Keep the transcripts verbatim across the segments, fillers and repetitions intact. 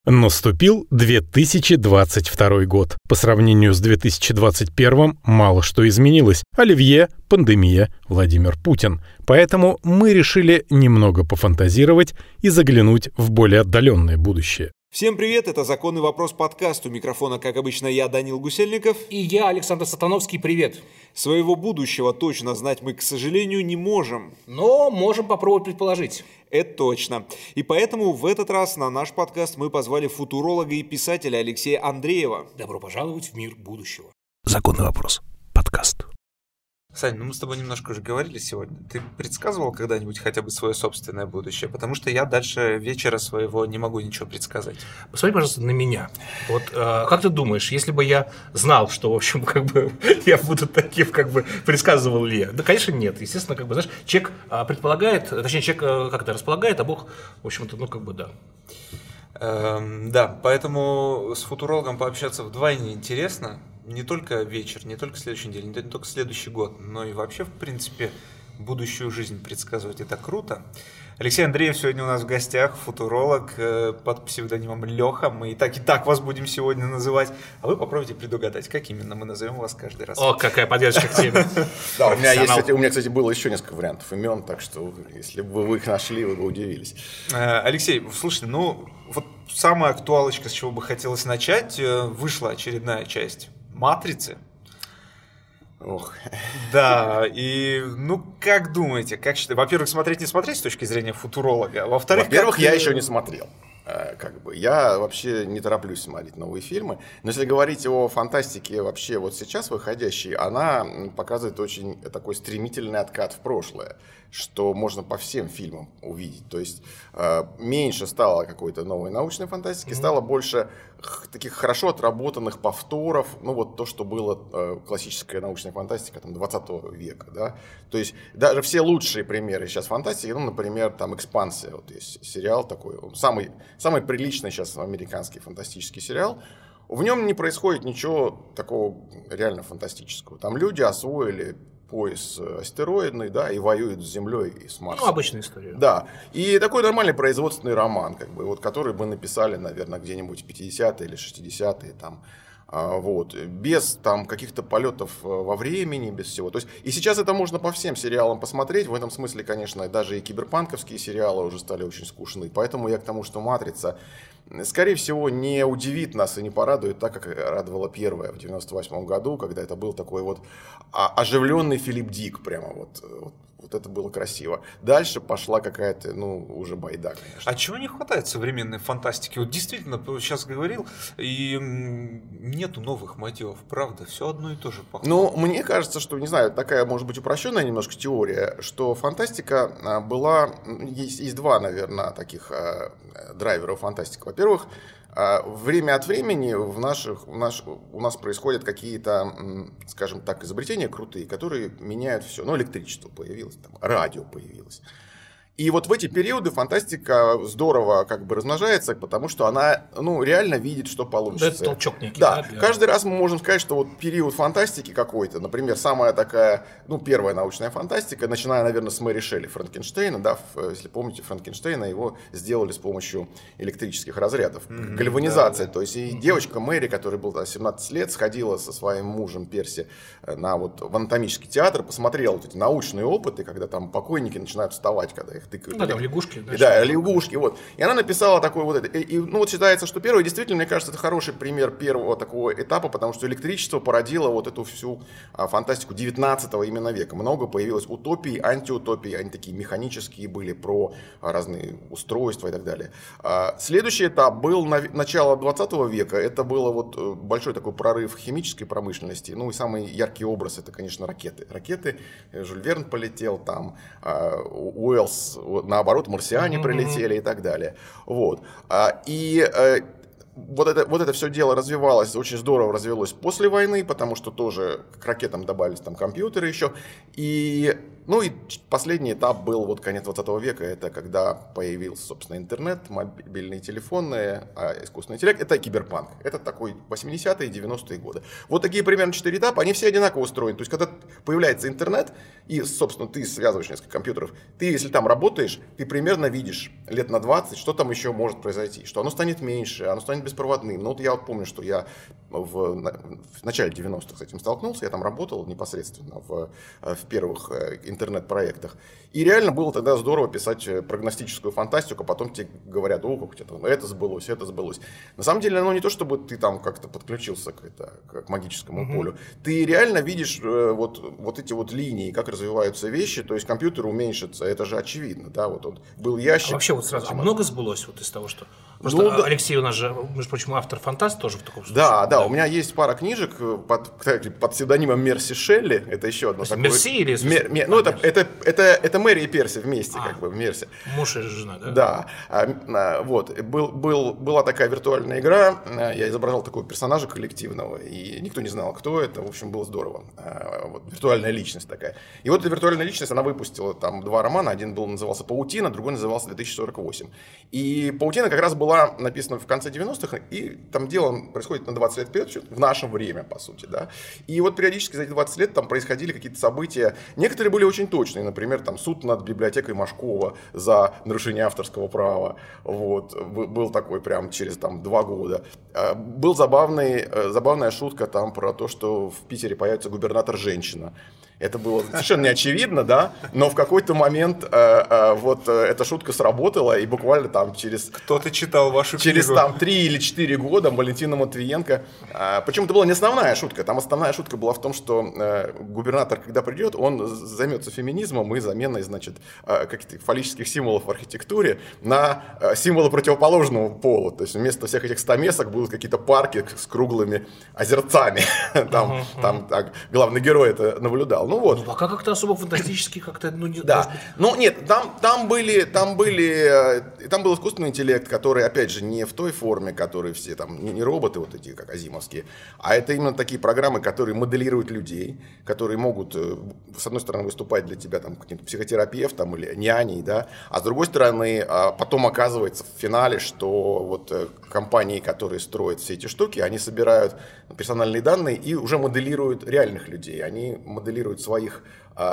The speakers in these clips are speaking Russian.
Наступил две тысячи двадцать второй год. По сравнению с две тысячи двадцать первым мало что изменилось. Оливье, пандемия, Владимир Путин. Поэтому мы решили немного пофантазировать и заглянуть в более отдаленное будущее. Всем привет, это «Законный вопрос» подкаст. У микрофона, как обычно, я, Данил Гусельников. И я, Александр Сатановский, привет. Своего будущего точно знать мы, к сожалению, не можем. Но можем попробовать предположить. Это точно. И поэтому в этот раз на наш подкаст мы позвали футуролога и писателя Алексея Андреева. Добро пожаловать в мир будущего. «Законный вопрос» подкаст. Сань, ну мы с тобой немножко уже говорили сегодня. Ты предсказывал когда-нибудь хотя бы свое собственное будущее? Потому что я дальше вечера своего не могу ничего предсказать. Посмотри, пожалуйста, на меня. Вот э, как ты думаешь, если бы я знал, что, в общем, как бы я буду таким, как бы предсказывал ли я? Да, конечно, нет. Естественно, как бы, знаешь, человек э, предполагает, точнее, человек э, как-то располагает, а Бог, в общем-то, ну, как бы, да. Эм, да, поэтому с футурологом пообщаться вдвойне интересно. Не только вечер, не только следующей неделе, не только следующий год, но и вообще, в принципе, будущую жизнь предсказывать это круто. Алексей Андреев сегодня у нас в гостях, футуролог под псевдонимом Леха. Мы и так, и так вас будем сегодня называть. А вы попробуйте предугадать, как именно мы назовем вас каждый раз. О, какая поддержка к теме. Да, у меня, есть, кстати, у меня, кстати, было еще несколько вариантов имен, так что если бы вы их нашли, вы бы удивились. Алексей, слушайте, ну вот самая актуалочка, с чего бы хотелось начать, вышла очередная часть «Матрицы». Ох. Да, и ну как думаете, как считаете? Во-первых, смотреть не смотреть с точки зрения футуролога, а во-вторых, во-первых, как... я еще не смотрел. Как бы я вообще не тороплюсь смотреть новые фильмы, но если говорить о фантастике вообще вот сейчас выходящей, она показывает очень такой стремительный откат в прошлое, что можно по всем фильмам увидеть. То есть э, меньше стало какой-то новой научной фантастики, mm-hmm. стало больше х- таких хорошо отработанных повторов, ну вот то, что было э, классическая научная фантастика там, двадцатого века. Да? То есть даже все лучшие примеры сейчас фантастики, ну, например, там «Экспансия», вот есть сериал такой, он самый, самый приличный сейчас американский фантастический сериал. В нем не происходит ничего такого реально фантастического. Там люди освоили пояс астероидный, да, и воюют с Землей и с Марсом. Ну, обычная история. Да. И такой нормальный производственный роман, как бы, вот, который бы написали, наверное, где-нибудь в пятидесятые или шестидесятые, там, а, вот, без там каких-то полетов во времени, без всего. То есть, и сейчас это можно по всем сериалам посмотреть. В этом смысле, конечно, даже и киберпанковские сериалы уже стали очень скучны. Поэтому я к тому, что «Матрица», скорее всего, не удивит нас и не порадует так, как радовала первая в девяносто восьмом году, когда это был такой вот оживленный Филипп Дик, прямо вот, вот, вот это было красиво. Дальше пошла какая-то, ну, уже байда, конечно. А чего не хватает современной фантастики? Вот действительно, сейчас говорил, и нету новых мотивов, правда, все одно и то же похоже. Ну, мне кажется, что, не знаю, такая, может быть, упрощенная немножко теория, что фантастика была, есть, есть два, наверное, таких э, драйвера фантастики. Во-первых, время от времени в наших, в наш, у нас происходят какие-то, скажем так, изобретения крутые, которые меняют все. Ну, электричество появилось, там, радио появилось. И вот в эти периоды фантастика здорово как бы размножается, потому что она, ну, реально видит, что получится. Это толчок некий. Да, да для... каждый раз мы можем сказать, что вот период фантастики какой-то, например, самая такая, ну, первая научная фантастика, начиная, наверное, с Мэри Шелли, Франкенштейна, да, если помните, Франкенштейна, его сделали с помощью электрических разрядов, mm-hmm, гальванизация, да, да. То есть и mm-hmm. девочка Мэри, которая была семнадцать лет, сходила со своим мужем Перси на вот в анатомический театр, посмотрела вот эти научные опыты, когда там покойники начинают вставать, когда их тыкают. Ну, да, лягушки. Да, да, лягушки, вот. И она написала такой вот это. И, и, ну, вот считается, что первый, действительно, мне кажется, это хороший пример первого такого этапа, потому что электричество породило вот эту всю а, фантастику девятнадцатого именно века. Много появилось утопий, антиутопий, они такие механические были, про а, разные устройства и так далее. А, следующий этап был на, начало двадцатого века. Это было вот большой такой прорыв химической промышленности. Ну, и самый яркий образ — это, конечно, ракеты. Ракеты, Жюль Верн полетел, там, а, Уэллс, наоборот, марсиане mm-hmm. прилетели и так далее. Вот. И э, вот, это, вот это все дело развивалось, очень здорово развелось после войны, потому что тоже к ракетам добавились там компьютеры еще. И Ну и последний этап был вот конец двадцатого века, это когда появился, собственно, интернет, мобильные телефоны, а искусственный интеллект, это киберпанк. Это такой восьмидесятые и девяностые годы. Вот такие примерно четыре этапа, они все одинаково устроены. То есть, когда появляется интернет, и, собственно, ты связываешь несколько компьютеров, ты, если там работаешь, ты примерно видишь лет на двадцать, что там еще может произойти, что оно станет меньше, оно станет беспроводным. Ну вот я вот помню, что я в, в начале девяностых с этим столкнулся, я там работал непосредственно в, в первых интернет-проектах. И реально было тогда здорово писать прогностическую фантастику, а потом тебе говорят, о, как у тебя там это сбылось, это сбылось. На самом деле, оно не то, чтобы ты там как-то подключился к, это, к магическому mm-hmm. полю. Ты реально видишь вот, вот эти вот линии, как развиваются вещи, то есть компьютер уменьшится, это же очевидно. Да? Вот он был ящик. А вообще вот сразу, а много сбылось вот из того, что... Просто ну, Алексей у нас же, между прочим, автор-фантаст тоже в таком случае. Да, да, да, у меня есть пара книжек под, под псевдонимом Мерси Шелли, это еще одно такое... Мерси или... Мер, мер, ну, это, это, это, это Мэри и Перси вместе, а, как бы, в Мерси. Муж и жена, да? Да, а, вот, был, был, была такая виртуальная игра, я изображал такого персонажа коллективного, и никто не знал, кто это, в общем, было здорово. А, вот, виртуальная личность такая. И вот эта виртуальная личность, она выпустила там два романа, один был, назывался «Паутина», другой назывался «две тысячи сорок восемь». И «Паутина» как раз была написана в конце девяностых, и там дело происходит на двадцать лет вперед, в наше время, по сути, да. И вот периодически за эти двадцать лет там происходили какие-то события. Некоторые были очень точные, например, там суд над библиотекой Машкова за нарушение авторского права, вот, был такой прям через там два года. Был забавный, забавная шутка там про то, что в Питере появится губернатор-женщина. Это было совершенно неочевидно, да, но в какой-то момент э, э, вот э, эта шутка сработала, и буквально там через... Кто-то читал вашу книгу. Через там три или четыре года Валентина Матвиенко... Э, причем это была не основная шутка, там основная шутка была в том, что э, губернатор, когда придет, он займется феминизмом и заменой, значит, э, каких-то фаллических символов в архитектуре на э, символы противоположного пола. То есть вместо всех этих стамесок будут какие-то парки с круглыми озерцами. Там главный герой это наблюдал. Ну вот. Ну, пока как-то особо фантастически как-то, ну, не... Да, ну нет, там, там были, там были, там был искусственный интеллект, который, опять же, не в той форме, которые все там, не, не роботы вот эти, как азимовские, а это именно такие программы, которые моделируют людей, которые могут, с одной стороны, выступать для тебя там каким-то психотерапевтом или няней, да, а с другой стороны, потом оказывается в финале, что вот компании, которые строят все эти штуки, они собирают персональные данные и уже моделируют реальных людей, они моделируют своих,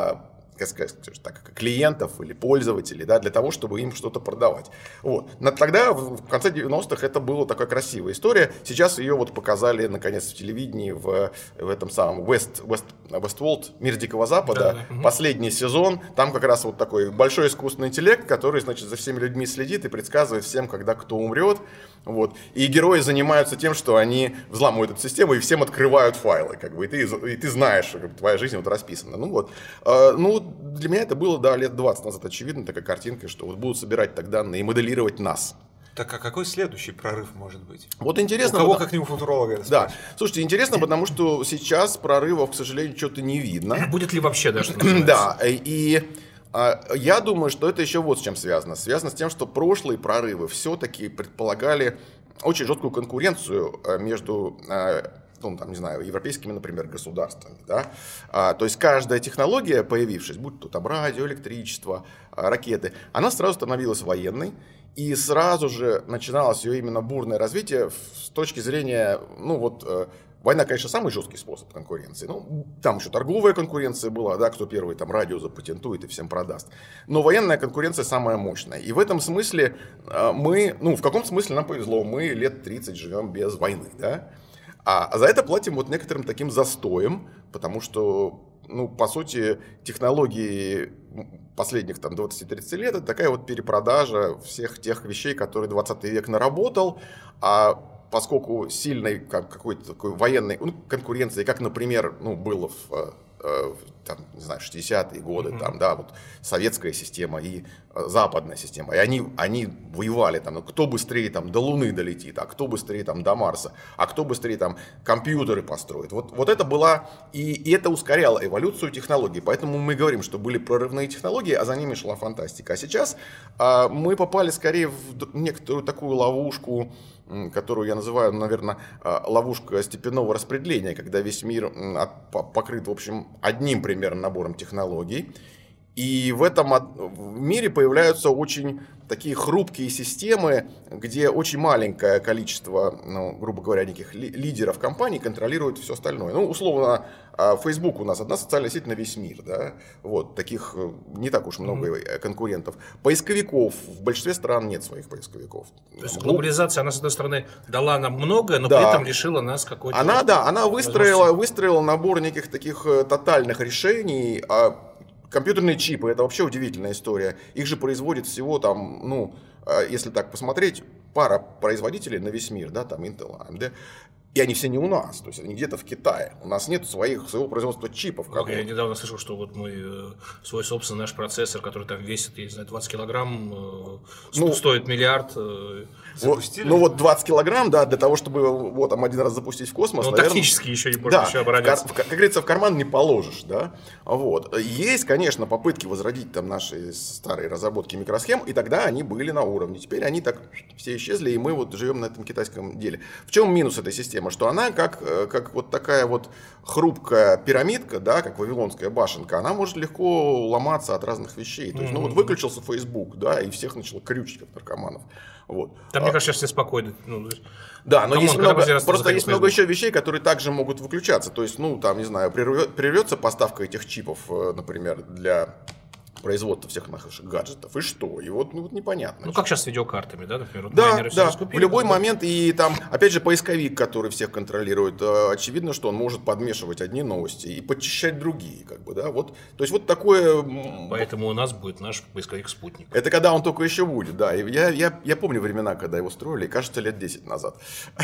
как сказать, так, клиентов или пользователей, да, для того, чтобы им что-то продавать. Вот. Но тогда, в конце девяностых, это была такая красивая история. Сейчас ее вот показали, наконец, в телевидении, в, в этом самом West, West, Westworld, «Мир Дикого Запада», да, да. Последний сезон. Там как раз вот такой большой искусственный интеллект, который, значит, за всеми людьми следит и предсказывает всем, когда кто умрет. Вот. И герои занимаются тем, что они взламывают эту систему и всем открывают файлы. Как бы, и, ты, и ты знаешь, что как бы, твоя жизнь вот расписана. Ну, вот. А, ну, для меня это было, да, лет двадцать назад очевидно, такая картинка, что вот будут собирать так данные и моделировать нас. Так а какой следующий прорыв может быть? Вот интересно. У кого, потому... как не у футуролога? Да. Слушайте, интересно, потому что сейчас прорывов, к сожалению, что-то не видно. Будет ли вообще даже? Да, и... Я думаю, что это еще вот с чем связано. Связано с тем, что прошлые прорывы все-таки предполагали очень жесткую конкуренцию между, ну, там, не знаю, европейскими, например, государствами. Да? А, то есть каждая технология, появившись, будь то там радио, электричество, ракеты, она сразу становилась военной. И сразу же начиналось ее именно бурное развитие с точки зрения, ну вот... Война, конечно, самый жесткий способ конкуренции. Ну, там еще торговая конкуренция была, да, кто первый там радио запатентует и всем продаст. Но военная конкуренция самая мощная. И в этом смысле мы, ну, в каком смысле нам повезло, мы лет тридцать живем без войны, да. А за это платим вот некоторым таким застоем, потому что, ну, по сути, технологии последних там двадцать-тридцать лет это такая вот перепродажа всех тех вещей, которые двадцатый век наработал, а поскольку сильной как, какой-то такой военной ну, конкуренции, как, например, ну, было в, э, там, не знаю, шестидесятые годы, mm-hmm. там, да, вот советская система и э, западная система, и они, они воевали, там, ну, кто быстрее там, до Луны долетит, а кто быстрее там, до Марса, а кто быстрее там, компьютеры построит. Вот, вот это была, и, и это ускоряло эволюцию технологий, поэтому мы говорим, что были прорывные технологии, а за ними шла фантастика. А сейчас э, мы попали скорее в некоторую такую ловушку, которую я называю, наверное, ловушка степенного распределения, когда весь мир покрыт, в общем, одним примерно набором технологий. И в этом в мире появляются очень такие хрупкие системы, где очень маленькое количество, ну, грубо говоря, неких ли, лидеров компаний контролирует все остальное. Ну, условно, Facebook у нас одна социальная сеть на весь мир, да, вот, таких не так уж много mm-hmm. конкурентов. Поисковиков в большинстве стран нет своих поисковиков. То есть глобализация, она, с одной стороны, дала нам многое, но да. при этом лишила нас какой-то... Она, да, она выстроила, выстроила набор неких таких тотальных решений. Компьютерные чипы — это вообще удивительная история. Их же производит всего там, ну, если так посмотреть, пара производителей на весь мир, да, там Intel, эй эм ди. И они все не у нас, то есть они где-то в Китае. У нас нет своих, своего производства чипов. Как я недавно слышал, что вот мы свой собственный наш процессор, который там весит, я не знаю, двадцать килограмм, ну, стоит миллиард. Запустили? Вот, ну вот двадцать килограмм, да, для того, чтобы вот там один раз запустить в космос. Ну, наверное, тактически еще не можно да, еще обороняться. В, в, как говорится, в карман не положишь, да. Вот. Есть, конечно, попытки возродить там наши старые разработки микросхем, и тогда они были на уровне. Теперь они так все исчезли, и мы вот живем на этом китайском деле. В чем минус этой системы? Что она как, как вот такая вот хрупкая пирамидка, да, как вавилонская башенка, она может легко ломаться от разных вещей. То есть, mm-hmm. ну вот выключился Facebook, да, и всех начало крючить, как наркоманов. Вот. Там, мне кажется, все спокойны. Ну, да, но есть много, просто есть много Facebook. еще вещей, которые также могут выключаться. То есть, ну, там, не знаю, прервется поставка этих чипов, например, для производства всех наших гаджетов. И что? И вот, ну, вот непонятно. Ну, как сейчас с видеокартами, да, например? Да, да. В любой момент. И там, опять же, поисковик, который всех контролирует, очевидно, что он может подмешивать одни новости и подчищать другие, как бы, да. Вот, то есть, вот такое... Поэтому у нас будет наш поисковик «Спутник». Это когда он только еще будет, да. Я, я, я помню времена, когда его строили, кажется, лет десять назад.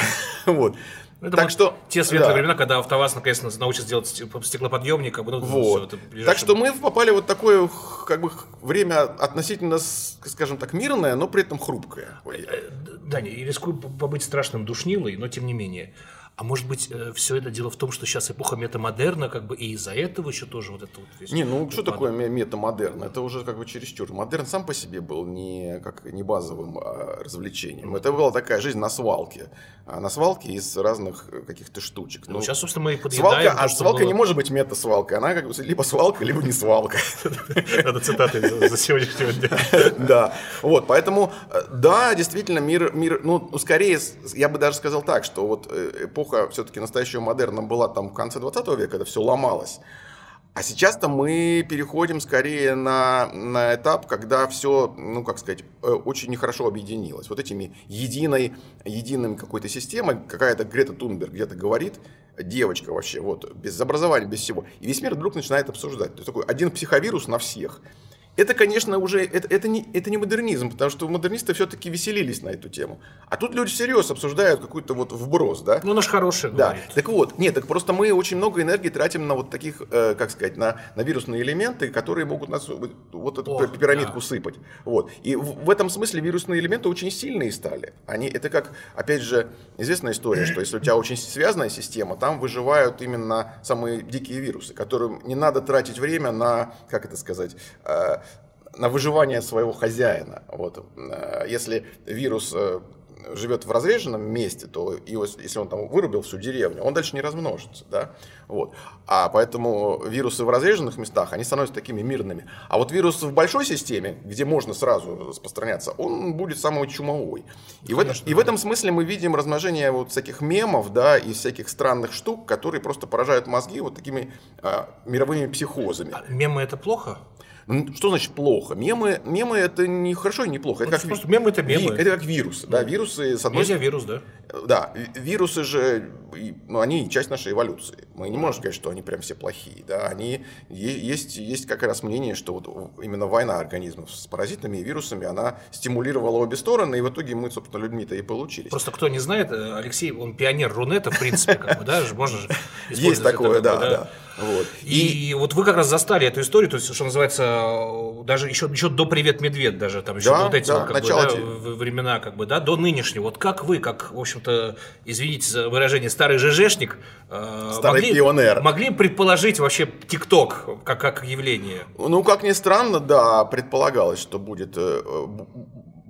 Вот. Это так вот что, те светлые да. времена, когда АвтоВАЗ наконец-то научится делать стеклоподъемник. Ну, вот. Все так что мы попали в вот такое как бы, время относительно, скажем так, мирное, но при этом хрупкое. Даня, и рискую побыть страшным душнилой, но тем не менее. А может быть, все это дело в том, что сейчас эпоха метамодерна, как бы, и из-за этого еще тоже вот это вот весь... Не, ну что такое метамодерн? Это уже как бы чересчур. Модерн сам по себе был не, как, не базовым а, развлечением. Это была такая жизнь на свалке. А на свалке из разных каких-то штучек. Ну, ну сейчас, собственно, мы и подъедаем. Свалка, то, а свалка было... не может быть мета-свалкой. Она как бы либо свалка, либо не свалка. Надо цитаты за сегодняшнего дня. Да, вот, поэтому, да, действительно, мир, мир, ну, скорее, я бы даже сказал так, что вот эпоха все-таки настоящего модерна была там в конце двадцатого века, когда все ломалось. А сейчас-то мы переходим скорее на, на этап, когда все, ну, как сказать, очень нехорошо объединилось. Вот этими единой, единой какой-то системой, какая-то Грета Тунберг где-то говорит, девочка вообще, вот, без образования, без всего. И весь мир вдруг начинает обсуждать. То есть такой один психовирус на всех. Это, конечно, уже это, это, не, это не модернизм, потому что модернисты все-таки веселились на эту тему. А тут люди всерьез обсуждают какой-то вот вброс, да? Ну, наш хороший да. говорит. Так вот, нет, так просто мы очень много энергии тратим на вот таких, э, как сказать, на, на вирусные элементы, которые могут нас вот эту Ох, пирамидку да. сыпать. Вот. И в, в этом смысле вирусные элементы очень сильные стали. Они, это как, опять же, известная история, что если у тебя очень связанная система, там выживают именно самые дикие вирусы, которым не надо тратить время на, как это сказать, э, на выживание своего хозяина. Вот. Если вирус живет в разреженном месте, то его, если он там вырубил всю деревню, он дальше не размножится. Да? Вот. А поэтому вирусы в разреженных местах, они становятся такими мирными. А вот вирус в большой системе, где можно сразу распространяться, он будет самый чумовой. И, Конечно, в, и в этом смысле мы видим размножение вот всяких мемов, да, и всяких странных штук, которые просто поражают мозги вот такими а, мировыми психозами. А мемы это плохо? Что значит плохо? Мемы, мемы это не хорошо и не плохо. Это ну, как, мемы это мемы. Это как вирусы. Да, вирусы, с одной стороны. Вирус, да? Да, вирусы же, ну, они часть нашей эволюции. Мы не можем сказать, что они прям все плохие. Да? Они, есть, есть как раз мнение, что вот именно война организмов с паразитами и вирусами, она стимулировала обе стороны, и в итоге мы, собственно, людьми-то и получились. Просто кто не знает, Алексей, он пионер Рунета, в принципе, как бы, да, можно же использовать. Есть такое, это, да, да. да. Вот. И, и вот вы как раз застали эту историю, то есть, что называется, даже еще, еще до «Привет, медведь», даже там еще да, вот эти да, вот, как бы, да, времена, как бы, да, до нынешнего. Вот как вы, как, в общем-то, извините за выражение, старый ЖЖшник, старый могли, пионер, могли предположить вообще ТикТок как, как явление? Ну, как ни странно, да, предполагалось, что будет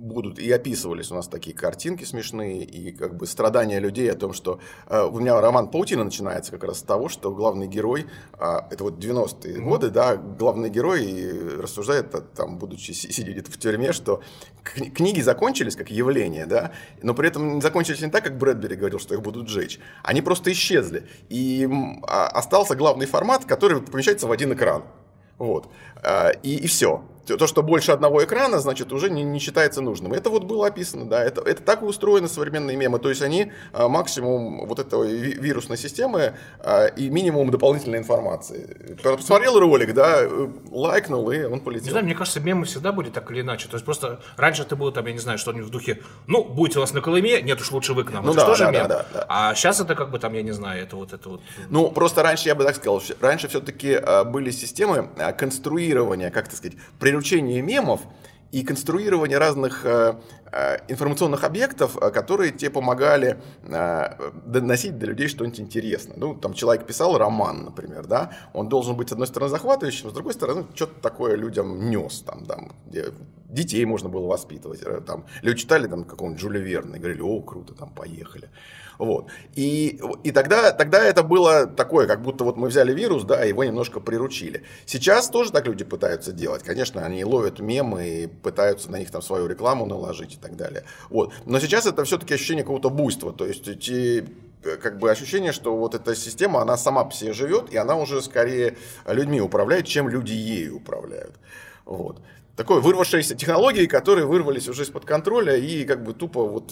будут, и описывались у нас такие картинки смешные, и как бы страдания людей о том, что э, у меня роман «Паутина» начинается как раз с того, что главный герой, э, это вот девяностые mm-hmm. годы, да, главный герой рассуждает, там, будучи сидя где-то в тюрьме, что кни- книги закончились как явление, да, но при этом закончились не так, как Брэдбери говорил, что их будут сжечь, они просто исчезли, и а, остался главный формат, который помещается в один экран, вот, а, и, и все. То, что больше одного экрана, значит, уже не, не считается нужным. Это вот было описано, да, это, это так и устроены современные мемы. То есть они а, максимум вот этой ви- вирусной системы а, и минимум дополнительной информации. Посмотрел ролик, да, лайкнул, и он полетел. Не знаю, мне кажется, мемы всегда были так или иначе. То есть просто раньше это было там, я не знаю, что-нибудь в духе, ну, будете у вас на Колыме, нет уж, лучше вы к нам. Ну, это да, тоже да, мем. да, да, да. А сейчас это как бы там, я не знаю, это вот это вот. Ну, просто раньше, я бы так сказал, раньше все-таки были системы конструирования, как так сказать, приручения мемов и конструирование разных э, э, информационных объектов, э, которые тебе помогали э, доносить до людей что-нибудь интересное. Ну, там человек писал роман, например, да, он должен быть, с одной стороны, захватывающим, с другой стороны, что-то такое людям нес, там, там, где детей можно было воспитывать, там, люди читали там какого-нибудь Жюля Верна и говорили, о, круто, там, поехали. Вот. И, и тогда, тогда это было такое, как будто вот мы взяли вирус, да, его немножко приручили. Сейчас тоже так люди пытаются делать. Конечно, они ловят мемы и пытаются на них там свою рекламу наложить и так далее. Вот. Но сейчас это все-таки ощущение какого-то буйства. То есть эти, как бы ощущение, что вот эта система, она сама по себе живет, и она уже скорее людьми управляет, чем люди ею управляют. Вот. Такой вырвавшиеся технологии, которые вырвались уже из-под контроля и как бы тупо вот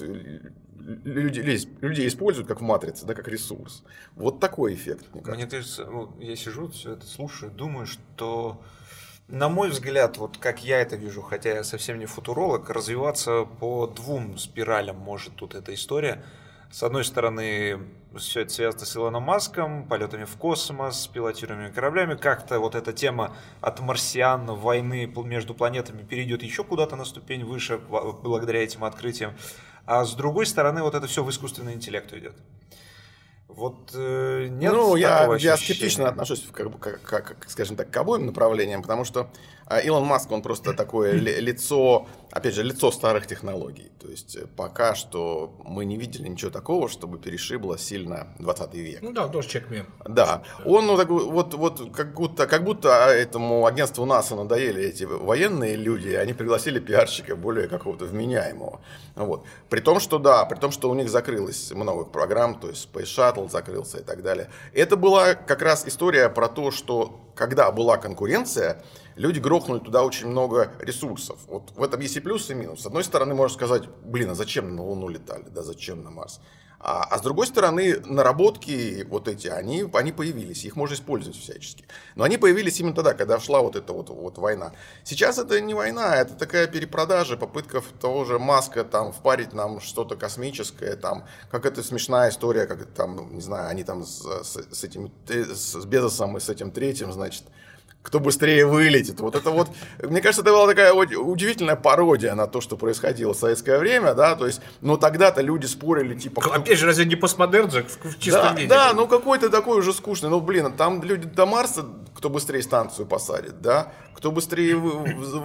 людей, людей используют как в матрице, да, как ресурс. Вот такой эффект, мне кажется. Мне кажется, ну, я сижу, все это слушаю, думаю, что, на мой взгляд, вот как я это вижу, хотя я совсем не футуролог, развиваться по двум спиралям может тут эта история. С одной стороны, все это связано с Илоном Маском, полетами в космос, пилотируемыми кораблями. Как-то вот эта тема от марсиан, войны между планетами перейдет еще куда-то на ступень выше благодаря этим открытиям. А с другой стороны, вот это все в искусственный интеллект уйдет. Вот э, нет ну, такого я, я ощущения. скептично отношусь, как, как, как, скажем так, к обоим направлениям, потому что Илон Маск, он просто такое лицо, опять же, лицо старых технологий. То есть пока что мы не видели ничего такого, чтобы перешибло сильно двадцатый век. Ну да, тоже человек-мем. Да, он ну, так, вот, вот как, будто, как будто этому агентству НАСА надоели эти военные люди, и они пригласили пиарщика более какого-то вменяемого. Вот. При том, что да, при том, что у них закрылось много программ, то есть Space Shuttle закрылся и так далее. Это была как раз история про то, что когда была конкуренция, люди грохнули туда очень много ресурсов. Вот в этом есть и плюс, и минус. С одной стороны, можно сказать, блин, а зачем на Луну летали, да, зачем на Марс? А, а с другой стороны, наработки вот эти, они, они появились, их можно использовать всячески. Но они появились именно тогда, когда шла вот эта вот, вот война. Сейчас это не война, это такая перепродажа, попытка того же Маска там впарить нам что-то космическое, там, как это смешная история, как там, не знаю, они там с, с, с этим, с Безосом и с этим третьим, значит, кто быстрее вылетит. Вот это вот, мне кажется, это была такая вот удивительная пародия на то, что происходило в советское время, да, то есть, но тогда-то люди спорили, типа... Кто... Опять же, разве не постмодерн же в чистом да, виде? Да, ну какой-то такой уже скучный, ну блин, там люди до Марса, кто быстрее станцию посадит, да, кто быстрее вы,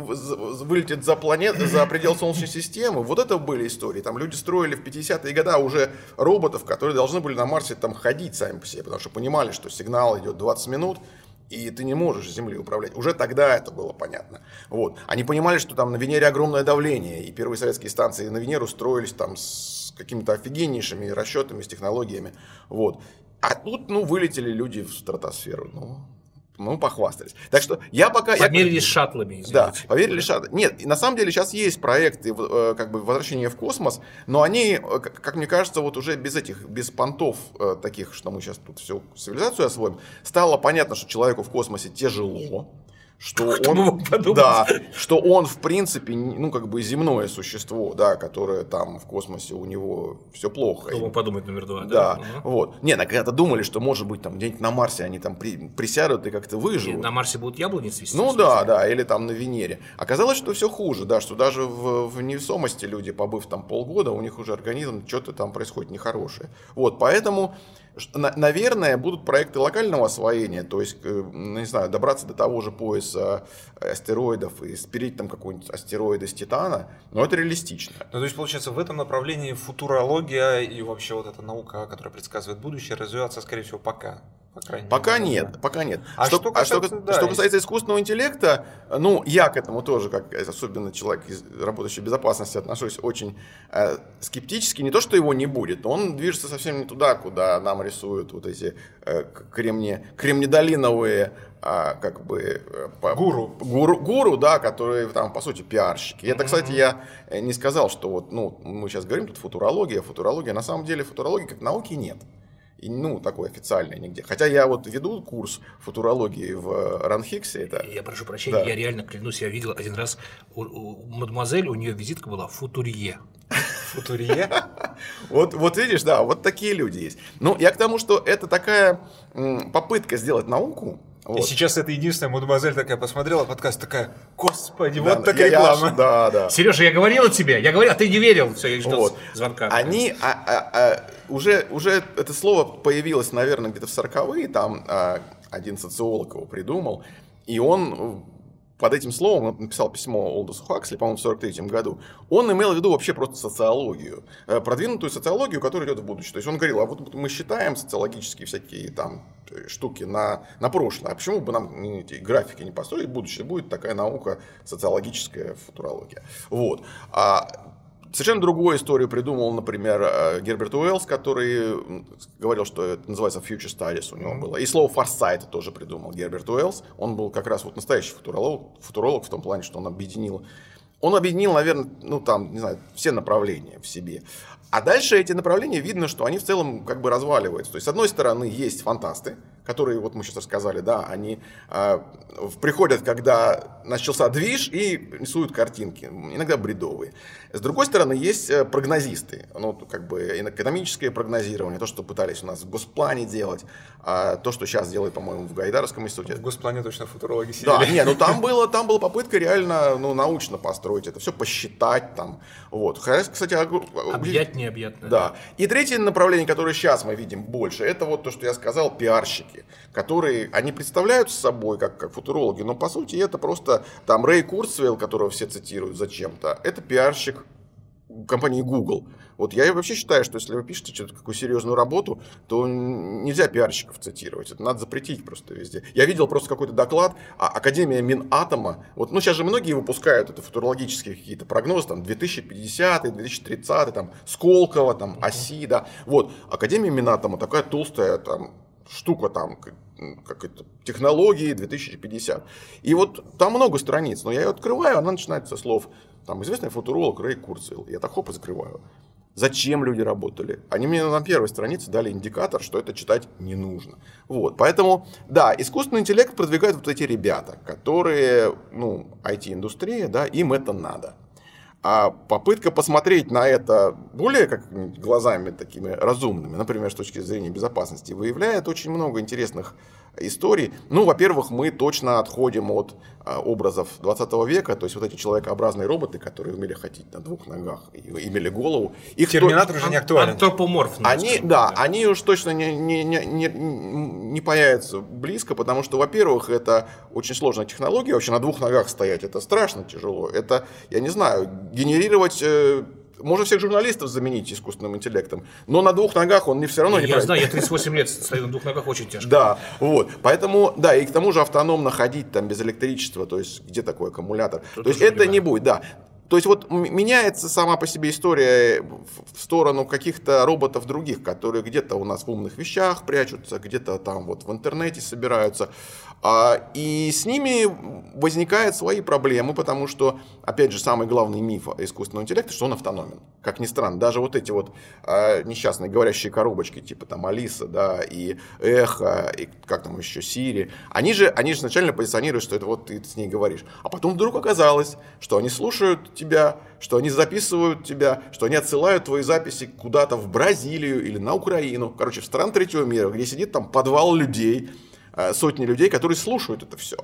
вы, вылетит за планету, за предел Солнечной системы, вот это были истории, там люди строили в пятидесятые годы уже роботов, которые должны были на Марсе там ходить сами по себе, потому что понимали, что сигнал идет двадцать минут, и ты не можешь Землей управлять. Уже тогда это было понятно. Вот. Они понимали, что там на Венере огромное давление, и первые советские станции на Венеру строились там с какими-то офигеннейшими расчетами, с технологиями. Вот. А тут, ну, вылетели люди в стратосферу. Ну, ну похвастались. Так что я пока... Померились я... шаттлами, извините. Да, поверили шаттлами. Нет, на самом деле сейчас есть проекты как бы возвращения в космос, но они, как мне кажется, вот уже без этих, без понтов таких, что мы сейчас тут всю цивилизацию освоим, стало понятно, что человеку в космосе тяжело, что он, да, что он в принципе, ну как бы земное существо, да, которое там в космосе у него все плохо. Кто мог подумать номер два? Да, да? Вот. Не, когда-то думали, что может быть там где-нибудь на Марсе они там при, присядут и как-то выживут. И на Марсе будут яблони свисти? Ну да, да, или там на Венере. Оказалось, что все хуже, да, что даже в, в невесомости люди, побыв там полгода, у них уже организм что-то там происходит нехорошее. Вот, поэтому Наверное, будут проекты локального освоения, то есть, не знаю, добраться до того же пояса астероидов и спилить там какой-нибудь астероид из Титана, но это реалистично. Ну, то есть, получается, в этом направлении футурология и вообще вот эта наука, которая предсказывает будущее, развиваться, скорее всего, пока. По пока мере, нет, да. пока нет. А что, что касается, а что, да, что есть... касается искусственного интеллекта, ну, я к этому тоже, как особенно человек, работающий в безопасности, отношусь очень э, скептически. Не то, что его не будет, он движется совсем не туда, куда нам рисуют вот эти э, кремни, кремнедолиновые а, как бы по, гуру. гуру, гуру, да, которые там по сути пиарщики. Это, кстати, я не сказал, что вот, ну, мы сейчас говорим тут футурология, футурология. На самом деле футурологии как науки нет. И, ну, такой официальный нигде. Хотя я вот веду курс футурологии в Ранхиксе. Это... Я прошу прощения, да. я реально клянусь, я видел один раз у, у мадемуазель, у нее визитка была футурье. Футурье? Вот, вот видишь, да, вот такие люди есть. Ну, я к тому, что это такая м, попытка сделать науку. Вот. И сейчас это единственная мадемуазель такая посмотрела подкаст, такая, господи, Да, вот такая я, реклама. Да, да. Сережа, я говорил тебе, я говорил, а ты не верил, все, я ждал Вот. звонка. Они, а, а, а, уже, уже это слово появилось, наверное, где-то в сороковые, там а, один социолог его придумал, и он под этим словом, он написал письмо Олдосу Хаксли, по-моему, в сорок третьем году, он имел в виду вообще просто социологию, продвинутую социологию, которая идет в будущее. То есть он говорил, а вот мы считаем социологические всякие там штуки на, на прошлое, а почему бы нам эти графики не построить в будущее? Будет такая наука социологическая футурология. Вот. А совершенно другую историю придумал, например, Герберт Уэллс, который говорил, что это называется future studies у него было. И слово foresight тоже придумал Герберт Уэллс. Он был как раз вот настоящий футуролог, футуролог в том плане, что он объединил, он объединил, наверное, ну там, не знаю, все направления в себе. А дальше эти направления, видно, что они в целом как бы разваливаются. То есть, с одной стороны, есть фантасты, которые, вот мы сейчас рассказали, да, они э, приходят, когда начался движ, и рисуют картинки, иногда бредовые. С другой стороны, есть прогнозисты, ну, как бы экономическое прогнозирование, то, что пытались у нас в Госплане делать, а то, что сейчас делают, по-моему, в Гайдаровском институте. В Госплане точно футурологи сидели. Да, не, ну там было, там была попытка реально, ну, научно построить это все, посчитать там, вот. Кстати, объять необъятное. Да. И третье направление, которое сейчас мы видим больше, это вот то, что я сказал, пиарщики, которые, они представляют собой как, как футурологи, но по сути это просто там Рэй Курцвейл, которого все цитируют зачем-то, это пиарщик компании Google. Вот я вообще считаю, что если вы пишете что-то, какую серьезную работу, то нельзя пиарщиков цитировать. Это надо запретить просто везде. Я видел просто какой-то доклад, а Академия Минатома, вот, ну сейчас же многие выпускают это футурологические какие-то прогнозы, там две тысячи пятидесятый, две тысячи тридцатый, там Сколково, там ОСИ, да. Вот, Академия Минатома такая толстая там штука там, как это, технологии две тысячи пятьдесят. И вот там много страниц, но я ее открываю, она начинается со слов, там известный футуролог Рэй Курцвейл. Я так хоп и закрываю. Зачем люди работали? Они мне на первой странице дали индикатор, что это читать не нужно. Вот, поэтому, да, искусственный интеллект продвигают вот эти ребята, которые, ну, ай ти-индустрия, да, им это надо. А попытка посмотреть на это более как глазами такими разумными, например, с точки зрения безопасности, выявляет очень много интересных историй. Ну, во-первых, мы точно отходим от а, образов двадцатого века, то есть вот эти человекообразные роботы, которые умели ходить на двух ногах и имели голову. Их Терминатор то... уже не актуален. Антропоморфно. Они, да, они уж точно не, не, не, не, не появятся близко, потому что, во-первых, это очень сложная технология, вообще на двух ногах стоять, это страшно тяжело. Это, я не знаю, генерировать... Э, можно всех журналистов заменить искусственным интеллектом, но на двух ногах он не все равно не Я знаю, я тридцать восемь лет стою на двух ногах, очень тяжко. Да, вот, поэтому, да, и к тому же автономно ходить там без электричества, то есть где такой аккумулятор, Тут то есть тоже это понимаю. не будет, да. То есть вот меняется сама по себе история в сторону каких-то роботов других, которые где-то у нас в умных вещах прячутся, где-то там вот в интернете собираются. И с ними возникают свои проблемы, потому что, опять же, самый главный миф искусственного интеллекта, что он автономен. Как ни странно, даже вот эти вот несчастные говорящие коробочки, типа там Алиса, да, и Эхо, и как там еще Сири, они же, они же изначально позиционируют, что это вот ты с ней говоришь. А потом вдруг оказалось, что они слушают тебя, что они записывают тебя, что они отсылают твои записи куда-то в Бразилию или на Украину, короче, в страны третьего мира, где сидит там подвал людей, сотни людей, которые слушают это все.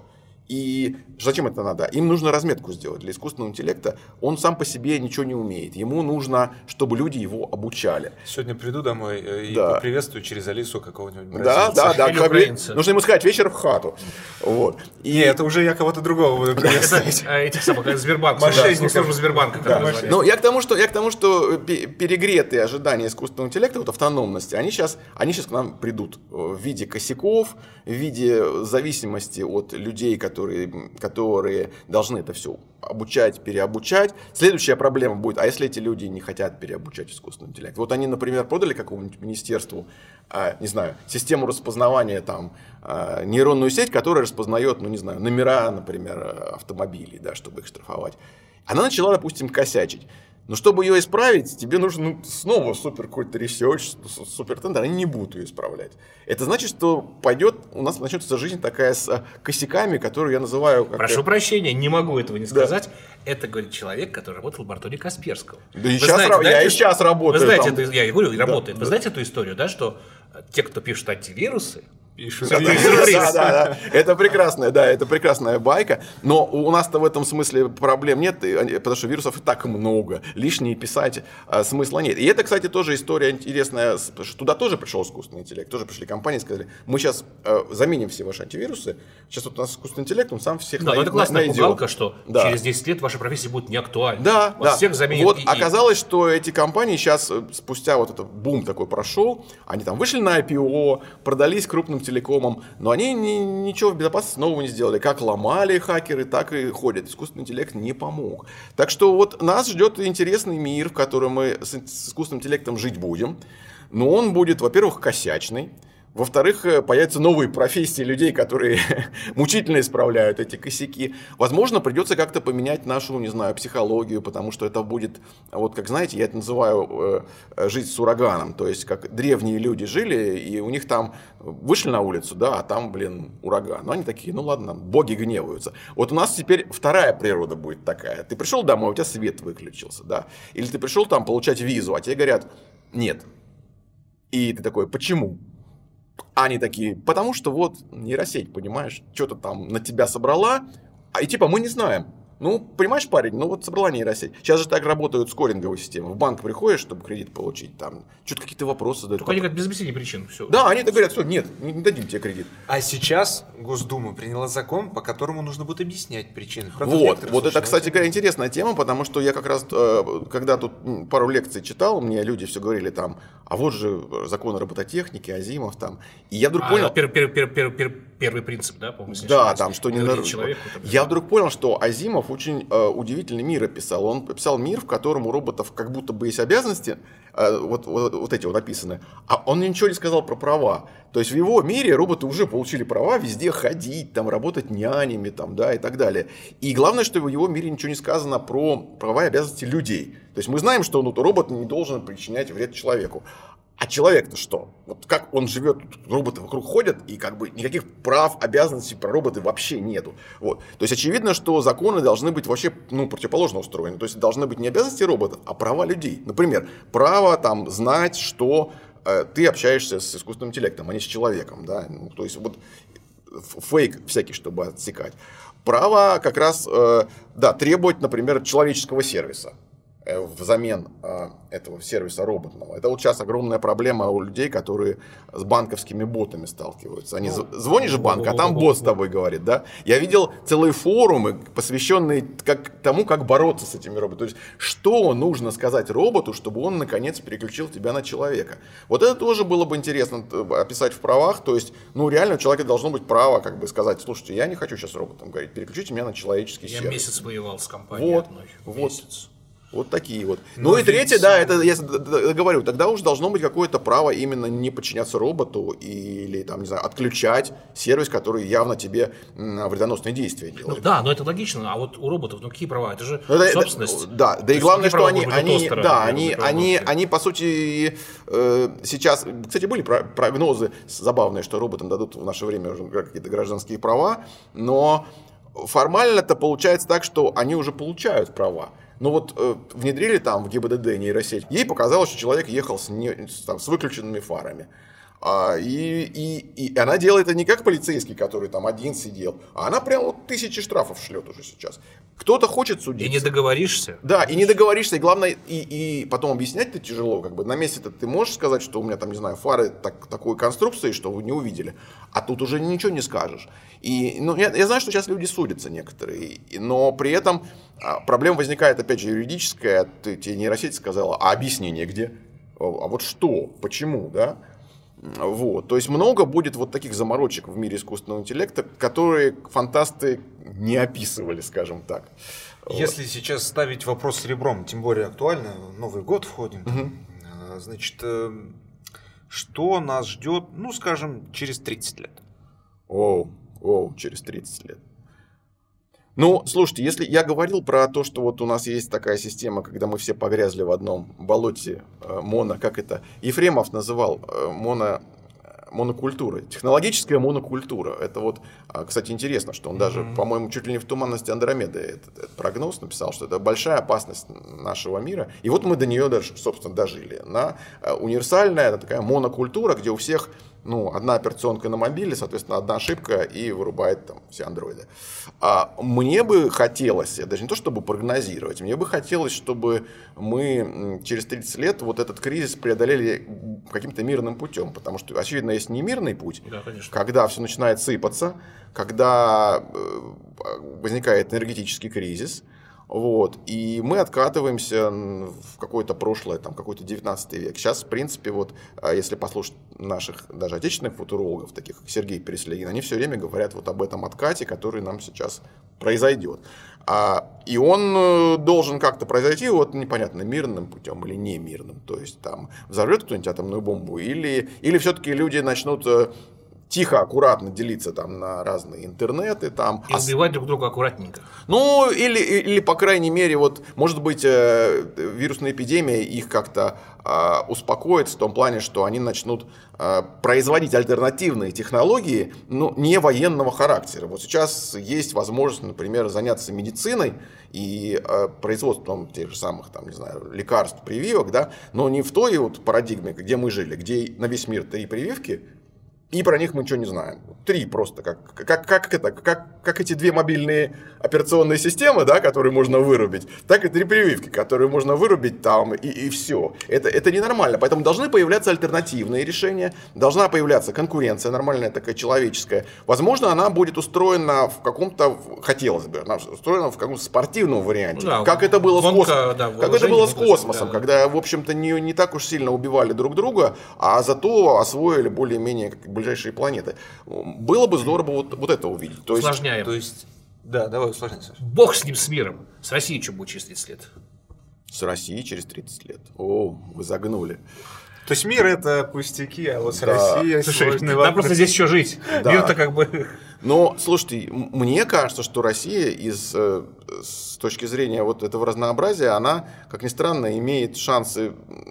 И зачем это надо? Им нужно разметку сделать. Для искусственного интеллекта он сам по себе ничего не умеет. Ему нужно, чтобы люди его обучали. Сегодня приду домой и да. поприветствую через Алису какого-нибудь Да, бразильца. да, да. Украинца. Нужно ему сказать вечер в хату. Вот. И не, это уже я кого-то другого буду приветствовать. Это этих самых, как Сбербанк, Мошенников. служба Сбербанка. Да. Ну, я к тому, что, я к тому, что перегретые ожидания искусственного интеллекта, вот автономности, они сейчас, они сейчас к нам придут в виде косяков, в виде зависимости от людей, которые, которые должны это все обучать, переобучать. Следующая проблема будет, а если эти люди не хотят переобучать искусственный интеллект? Вот они, например, продали какому-нибудь министерству, а, не знаю, систему распознавания, там, а, нейронную сеть, которая распознает, ну, не знаю, номера, например, автомобилей, да, чтобы их штрафовать. Она начала, допустим, косячить. Но чтобы ее исправить, тебе нужен ну, снова супер какой-то ресерч, супер тендер, они не будут ее исправлять. Это значит, что пойдет, у нас начнется жизнь такая с косяками, которую я называю... Как Прошу прощения, не могу этого не сказать. Да. Это, говорит, человек, который работал в лаборатории Касперского. Да и сейчас знаете, я и сейчас работаю. Вы знаете, там. это, я говорю, работает. Да, Вы да. знаете эту историю, да, что те, кто пишут антивирусы, Пишут. Да, да, да. Это прекрасная, да, это прекрасная байка. Но у нас-то в этом смысле проблем нет, потому что вирусов и так много. Лишние писать а, смысла нет. И это, кстати, тоже история интересная. Что туда тоже пришел искусственный интеллект. Тоже пришли компании и сказали, мы сейчас э, заменим все ваши антивирусы. Сейчас вот у нас искусственный интеллект, он сам всех да, най- это классная найдет. пугалка, что да. через десять лет ваша профессия будет не актуальна. Да, вот да. Всех заменит вот ИИ. Оказалось, что эти компании сейчас, спустя вот этот бум такой прошел, они там вышли на ай пи о, продались крупным телекомам, но они ни, ничего в безопасности нового не сделали. Как ломали хакеры, так и ходят. Искусственный интеллект не помог. Так что вот нас ждет интересный мир, в котором мы с, с искусственным интеллектом жить будем. Но он будет, во-первых, косячный. Во-вторых, появятся новые профессии людей, которые мучительно исправляют эти косяки. Возможно, придется как-то поменять нашу, не знаю, психологию, потому что это будет, вот как знаете, я это называю э, жить с ураганом. То есть, как древние люди жили, и у них там вышли на улицу, да, а там, блин, ураган. Но они такие, ну ладно, боги гневаются. Вот у нас теперь вторая природа будет такая. Ты пришел домой, у тебя свет выключился, да. Или ты пришел там получать визу, а тебе говорят, нет. И ты такой, почему? Они такие, потому что вот нейросеть, понимаешь, что-то там на тебя собрала, а и типа мы не знаем. Ну, понимаешь, парень, ну вот собрала нейросеть. Сейчас же так работают скоринговые системы. В банк приходишь, чтобы кредит получить, там что-то какие-то вопросы задают. Только они говорят, без объяснения причин. Все. Да, они так говорят, все, нет, не, не дадим тебе кредит. А сейчас Госдума приняла закон, по которому нужно будет объяснять причины. Правда, вот, вот это, кстати говоря, интересная тема, потому что я как раз, когда тут пару лекций читал, мне люди все говорили там, а вот же закон о робототехнике, Азимов там. И я вдруг а, понял... Пер, пер, пер, пер, пер, первый принцип, да, по-моему? Да, там, что не на... человеку, там, Я вдруг понял, что Азимов очень э, удивительный мир описал. Он описал мир, в котором у роботов как будто бы есть обязанности, э, вот, вот, вот эти вот написаны, а он ничего не сказал про права. То есть в его мире роботы уже получили права везде ходить, там, работать нянями там, да, и так далее. И главное, что в его мире ничего не сказано про права и обязанности людей. То есть мы знаем, что ну, робот не должен причинять вред человеку. А человек-то что? Вот как он живет, роботы вокруг ходят, и как бы никаких прав, обязанностей про роботы вообще нету. Вот. То есть очевидно, что законы должны быть вообще ну, противоположно устроены. То есть должны быть не обязанности роботов, а права людей. Например, право там, знать, что э, ты общаешься с искусственным интеллектом, а не с человеком. Да? Ну, то есть вот фейк всякий, чтобы отсекать. Право как раз э, да, требовать, например, человеческого сервиса взамен э, этого сервиса роботного. Это вот сейчас огромная проблема у людей, которые с банковскими ботами сталкиваются. Они ну, звонишь в банк, а там бот с тобой говорит, да? Я видел целые форумы, посвященные как, тому, как бороться с этими роботами. То есть, что нужно сказать роботу, чтобы он, наконец, переключил тебя на человека. Вот это тоже было бы интересно описать в правах. То есть, ну, реально у человека должно быть право как бы сказать, слушайте, я не хочу сейчас роботом говорить, переключите меня на человеческий я сервис. Я месяц воевал с компанией вот, одной. Вот. Месяц. Вот такие вот. Но ну и ведь... третье, да, это я говорю, тогда уж должно быть какое-то право именно не подчиняться роботу или там, не знаю, отключать сервис, который явно тебе вредоносные действия делает. Ну, да, но это логично. А вот у роботов, ну какие права? Это же ну, собственность. Да, да, да и главное, что они, они, тостера, да, они, они, они, по сути, э, сейчас, кстати, были прогнозы забавные, что роботам дадут в наше время уже какие-то гражданские права, но формально это получается так, что они уже получают права. Ну вот э, внедрили там в ГИБДД нейросеть, ей показалось, что человек ехал с, не, с, там, с выключенными фарами. А, и, и, и она делает это не как полицейский, который там один сидел, а она прям вот тысячи штрафов шлет уже сейчас. Кто-то хочет судиться. И не договоришься. Да, и не договоришься, и главное, и, и потом объяснять-то тяжело. Как бы на месте-то ты можешь сказать, что у меня там, не знаю, фары так, такой конструкции, что вы не увидели. А тут уже ничего не скажешь. И, ну, я, я знаю, что сейчас люди судятся некоторые, но при этом а, проблема возникает, опять же, юридическая. Ты, тебе нейросеть сказала, а объяснение где? А вот что? Почему, да? Вот. То есть много будет вот таких заморочек в мире искусственного интеллекта, которые фантасты не описывали, скажем так. Если вот. Сейчас ставить вопрос серебром, тем более актуально, Новый год входим, угу. Значит, что нас ждет, ну, скажем, через тридцать лет? Оу, оу, через тридцать лет. Ну, слушайте, если я говорил про то, что вот у нас есть такая система, когда мы все погрязли в одном болоте э, моно, как это Ефремов называл, э, моно, монокультура, технологическая монокультура. Это вот, кстати, интересно, что он даже, mm-hmm. по-моему, чуть ли не в «Туманности Андромеды» этот, этот прогноз написал, что это большая опасность нашего мира. И вот мы до нее даже, собственно, дожили. На универсальная такая монокультура, где у всех ну, одна операционка на мобиле, соответственно, одна ошибка и вырубает там все андроиды. А мне бы хотелось, даже не то чтобы прогнозировать, мне бы хотелось, чтобы мы через тридцать лет вот этот кризис преодолели каким-то мирным путем, потому что, очевидно, есть не мирный путь, да, когда все начинает сыпаться, когда возникает энергетический кризис. Вот. И мы откатываемся в какое-то прошлое, там, какой-то девятнадцатый век. Сейчас, в принципе, вот, если послушать наших даже отечественных футурологов, таких как Сергей Переслегин, они все время говорят вот об этом откате, который нам сейчас произойдет. А, и он должен как-то произойти, вот непонятно, мирным путем или не мирным. То есть там взорвет кто-нибудь атомную бомбу, или, или все-таки люди начнут тихо, аккуратно делиться там на разные интернеты. Там. И убивать друг друга аккуратненько. Ну, или, или, по крайней мере, вот, может быть, э, вирусная эпидемия их как-то э, успокоит в том плане, что они начнут э, производить альтернативные технологии, но не военного характера. Вот сейчас есть возможность, например, заняться медициной и э, производством тех же самых, там, не знаю, лекарств, прививок, да, но не в той вот парадигме, где мы жили, где на весь мир три прививки, и про них мы ничего не знаем. Три просто. Как, как, как, это, как, как эти две мобильные операционные системы, да, которые можно вырубить, так и три прививки, которые можно вырубить там, и, и все. Это, это ненормально. Поэтому должны появляться альтернативные решения, должна появляться конкуренция нормальная, такая человеческая. Возможно, она будет устроена в каком-то, хотелось бы, она устроена в каком-то спортивном варианте. Ну, да, как это было гонка, с, космос... да, как это было с космосом, да, когда, в общем-то, не, не так уж сильно убивали друг друга, а зато освоили более-менее ближайшие планеты. Было бы здорово вот, вот это увидеть. То Усложняем. Есть, то есть, да, давай усложняем. Бог с ним, с миром. С Россией что будет через тридцать лет? С Россией через тридцать лет. О, вы загнули. То есть мир это пустяки, а вот с да. Россией... Слушай, нам просто здесь еще жить. Да. Мир-то как бы... Но, слушайте, мне кажется, что Россия из, с точки зрения вот этого разнообразия, она, как ни странно, имеет шансы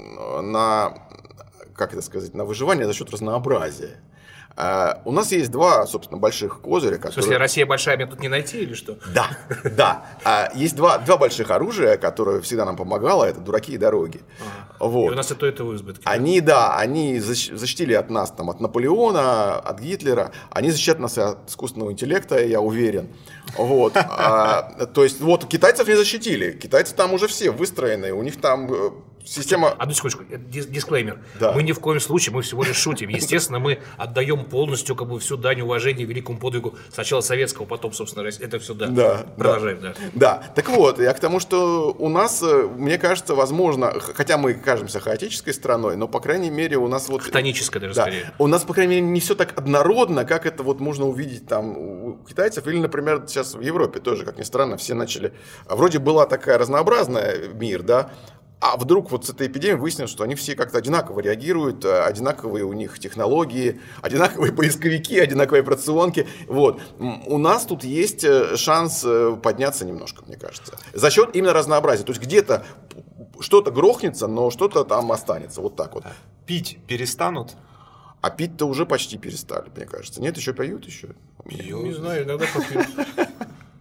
на, как это сказать, на выживание за счет разнообразия. Uh, у нас есть два, собственно, больших козыря. Которые... В смысле, Россия большая, мне тут не найти или что? Да, да. Uh, есть два, два больших оружия, которые всегда нам помогало, это дураки и дороги. А, вот. И у нас и то, и то в избытке. Они, да, они защитили от нас, там, от Наполеона, от Гитлера. Они защитят нас от искусственного интеллекта, я уверен. Вот. uh, то есть, вот, китайцев не защитили. Китайцы там уже все выстроены, у них там... Система... Одну секундочку, дисклеймер. Да. Мы ни в коем случае, мы всего лишь шутим. Естественно, мы отдаем полностью как бы всю дань уважения великому подвигу сначала советского, потом, собственно, это все, да. Да. Продолжаем, да. да. Да, так вот, я к тому, что у нас, мне кажется, возможно, хотя мы кажемся хаотической страной, но, по крайней мере, у нас вот... Хтонической даже, да, скорее. У нас, по крайней мере, не все так однородно, как это вот можно увидеть там у китайцев, или, например, сейчас в Европе тоже, как ни странно, все начали... Вроде была такая разнообразная мир, да, а вдруг вот с этой эпидемией выяснилось, что они все как-то одинаково реагируют, одинаковые у них технологии, одинаковые поисковики, одинаковые операционки. Вот. У нас тут есть шанс подняться немножко, мне кажется. За счет именно разнообразия. То есть где-то что-то грохнется, но что-то там останется. Вот так вот. Пить перестанут? А пить-то уже почти перестали, мне кажется. Нет, еще пьют еще? Пьют. Не знаю, иногда попьют.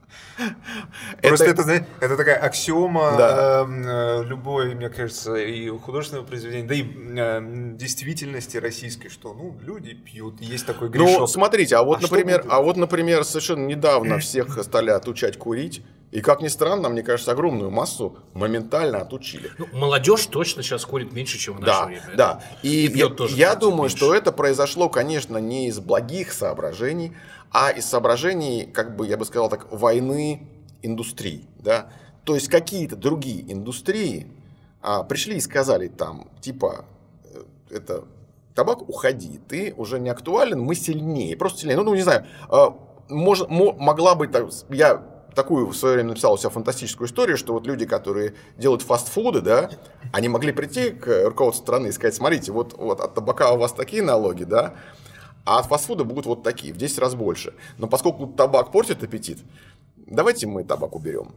Просто это, знаете, это такая аксиома Да. э, любой, мне кажется, и художественного произведения, да и э, действительности российской, что, ну, люди пьют, есть такой грешок. Ну, смотрите, а вот, А что например, будет? а вот, например, совершенно недавно всех стали отучать курить, и, как ни странно, мне кажется, огромную массу моментально отучили. Ну, молодежь точно сейчас курит меньше, чем в наше Да, время. да. И, И пьет я, тоже, я кстати, думаю, меньше. что это произошло, конечно, не из благих соображений, а из соображений, как бы, я бы сказал так, войны индустрий, да. То есть какие-то другие индустрии а, пришли и сказали там, типа, э, это табак, уходи, ты уже не актуален, мы сильнее, просто сильнее. Ну, ну не знаю, э, мож, мо, могла быть, так, я такую в свое время написал у себя фантастическую историю, что вот люди, которые делают фастфуды, да, они могли прийти к руководству страны и сказать, смотрите, вот, вот от табака у вас такие налоги, да, а от фастфуда будут вот такие, в десять раз больше. Но поскольку табак портит аппетит, давайте мы табак уберем.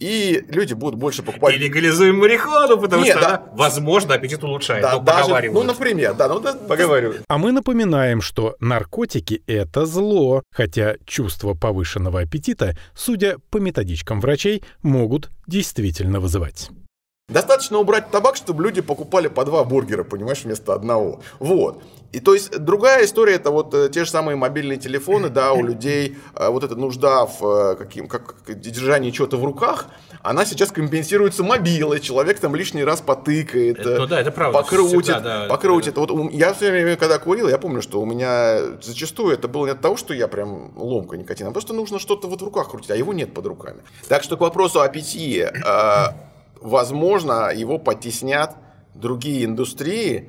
И люди будут больше покупать. И легализуем марихуану, потому Нет, что да. она, возможно, аппетит улучшает. Да, Ну, даже, поговаривают. ну, например, да, ну, да, Поговариваю. А мы напоминаем, что наркотики – это зло, хотя чувство повышенного аппетита, судя по методичкам врачей, могут действительно вызывать. Достаточно убрать табак, чтобы люди покупали по два бургера, понимаешь, вместо одного. Вот. И то есть другая история, это вот э, те же самые мобильные телефоны, да, у людей э, вот эта нужда в э, каким, как, держании чего-то в руках, она сейчас компенсируется мобилой, человек там лишний раз потыкает, Это- ну да, это правда. покрутит, Всегда, да, покрутит. Вот у- я все время, когда курил, я помню, что у меня зачастую это было не от того, что я прям ломка никотина, а просто нужно что-то вот в руках крутить, а его нет под руками. Так что к вопросу о питье. Э, возможно, его потеснят другие индустрии.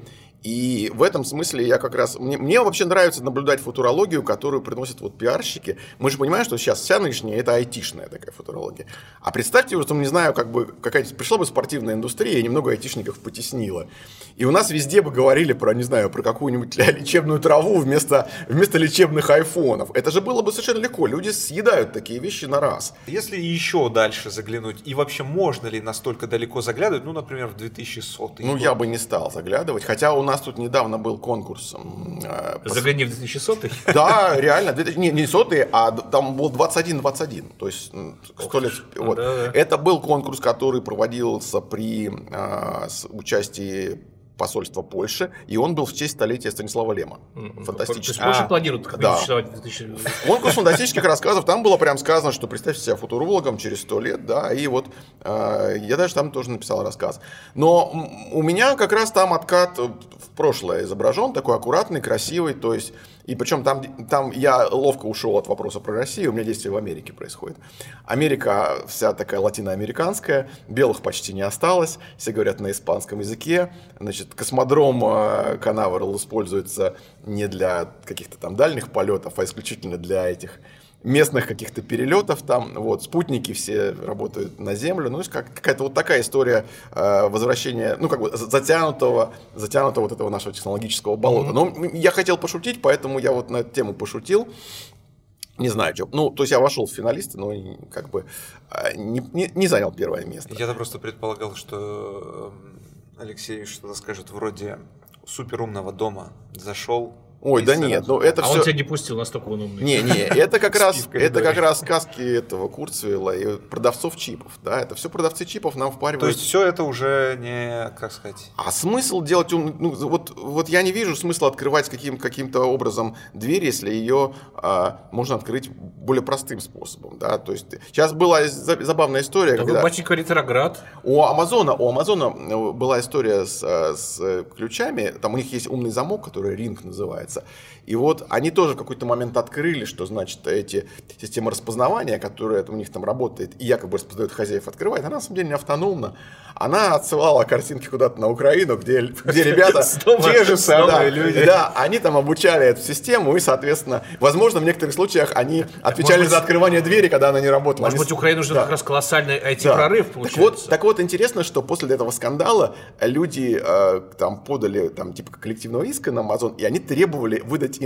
И в этом смысле я как раз... Мне, мне вообще нравится наблюдать футурологию, которую приносят вот пиарщики. Мы же понимаем, что сейчас вся нынешняя – это айтишная такая футурология. А представьте, что, не знаю, как бы какая-то пришла бы спортивная индустрия и немного айтишников потеснила. И у нас везде бы говорили про, не знаю, про какую-нибудь лечебную траву вместо, вместо лечебных айфонов. Это же было бы совершенно легко. Люди съедают такие вещи на раз. Если еще дальше заглянуть, и вообще можно ли настолько далеко заглядывать, ну, например, в две тысячи сотый Ну, год? я бы не стал заглядывать. Хотя у нас тут недавно был конкурс. э, пос- Загляни в две тысячи сотый. Да, реально. две тысячи Не, не сотый, а д- там был двадцать один двадцать один. То есть м, сто лет. Вот. Да-да. Это был конкурс, который проводился при э, с участии посольства Польши, и он был в честь столетия Станислава Лема. То есть Фантастически. Польша А, планирует как да. существовать в две тысячи... Конкурс фантастических рассказов, там было прям сказано, что представьте себя футурологом через сто лет, да, и вот э, я даже там тоже написал рассказ. Но м, у меня как раз там откат в прошлое изображен, такой аккуратный, красивый, то есть, и причем там, там я ловко ушел от вопроса про Россию, у меня действие в Америке происходит. Америка вся такая латиноамериканская, белых почти не осталось, все говорят на испанском языке, значит, космодром э, Канаверал используется не для каких-то там дальних полетов, а исключительно для этих местных каких-то перелетов там, вот, спутники все работают на Землю, ну, как, какая-то вот такая история э, возвращения, ну, как бы затянутого, затянутого вот этого нашего технологического болота. Mm-hmm. Но я хотел пошутить, поэтому я вот на эту тему пошутил. Не знаю, что. Ну, то есть я вошел в финалисты, но как бы не, не, не занял первое место. Я-то просто предполагал, что э, Алексей что-то скажет вроде суперумного дома зашел. Ой, и да сразу- нет, ну это А все... он тебя не пустил, настолько он умный. Не, не, это как раз, пивкой, это да. как раз сказки этого Курцвейла и продавцов чипов, да, это все продавцы чипов нам впаривают. То есть все это уже не, как сказать... А смысл делать ум... ну, вот, вот я не вижу смысла открывать каким, каким-то образом дверь, если ее а, можно открыть более простым способом, да, то есть сейчас была за- забавная история, Да вы, когда батенька, ретроград. у Амазона, у Амазона была история с, с ключами, там у них есть умный замок, который Ring называется, и вот они тоже в какой-то момент открыли, что значит эти системы распознавания, которые у них там работает и якобы распознает хозяев, открывает, она на самом деле не автономна. Она отсылала картинки куда-то на Украину, где, где ребята, Снова те же снова да, люди. да, они там обучали эту систему, и, соответственно, возможно, в некоторых случаях они отвечали быть, за открывание двери, когда она не работала. Может Они- быть, Украину ждет Да. как раз колоссальный ай Да. ти-прорыв, Так получается. вот, так вот, интересно, что после этого скандала люди э, там подали там типа коллективного иска на Amazon, и они требовали выдать им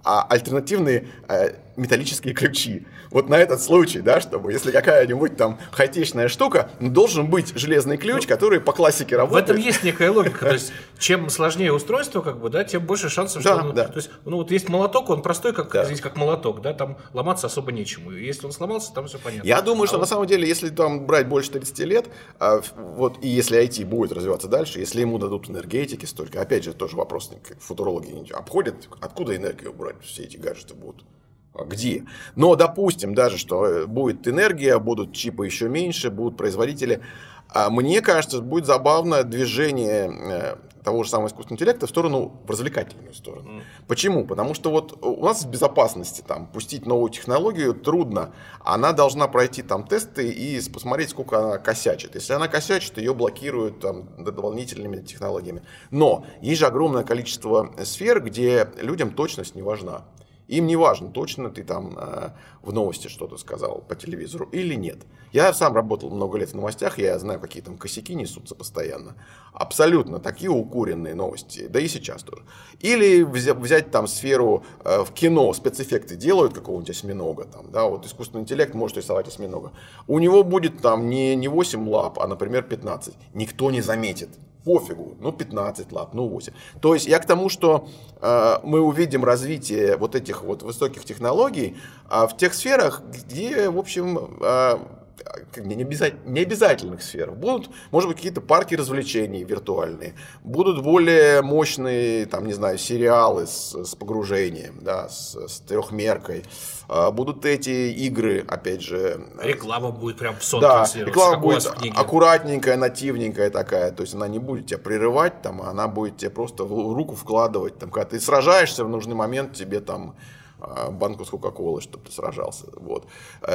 а альтернативные э, металлические ключи. Вот на этот случай, да, чтобы если какая-нибудь там хай-течная штука, ну, должен быть железный ключ, который по классике работает. В этом есть некая логика. То есть, чем сложнее устройство, как бы, да, тем больше шансов, что да, он, да. То есть, ну вот есть молоток, он простой, как, да. здесь, как молоток, да, там ломаться особо нечему. И если он сломался, там все понятно. Я думаю, а что он... на самом деле, если там брать больше тридцати лет, а, вот, и если ай ти будет развиваться дальше, если ему дадут энергетики столько, опять же, тоже вопрос, футурологи обходят, откуда энергию брать, все эти гаджеты будут. Где? Но допустим даже, что будет энергия, будут чипы еще меньше, будут производители. Мне кажется, будет забавное движение того же самого искусственного интеллекта в сторону, в развлекательную сторону. Mm. Почему? Потому что вот у нас в безопасности там, пустить новую технологию трудно. Она должна пройти там тесты и посмотреть, сколько она косячит. Если она косячит, ее блокируют там, дополнительными технологиями. Но есть же огромное количество сфер, где людям точность не важна. Им не важно, точно ты там э, в новости что-то сказал по телевизору или нет. Я сам работал много лет в новостях, я знаю, какие там косяки несутся постоянно. Абсолютно такие укуренные новости, да и сейчас тоже. Или взять, взять там сферу э, в кино, спецэффекты делают какого-нибудь осьминога. Там, да, вот искусственный интеллект может рисовать осьминога. У него будет там не, не восемь лап, а, например, пятнадцать. Никто не заметит. Пофигу, ну пятнадцать лап, ну восемь. То есть я к тому, что э, мы увидим развитие вот этих вот высоких технологий э, в тех сферах, где, в общем, э, не, обязательно, не обязательных сферах. Будут, может быть, какие-то парки развлечений виртуальные, будут более мощные, там, не знаю, сериалы с, с погружением, да, с, с трехмеркой. Э, будут эти игры, опять же... Реклама будет прям в сон да, транслироваться. реклама будет аккуратненькая, нативненькая такая, то есть она не будет тебя прерывать, там, она будет тебе просто в руку вкладывать, там, когда ты сражаешься, в нужный момент тебе там банку с Кока-Колой, чтобы ты сражался. Вот.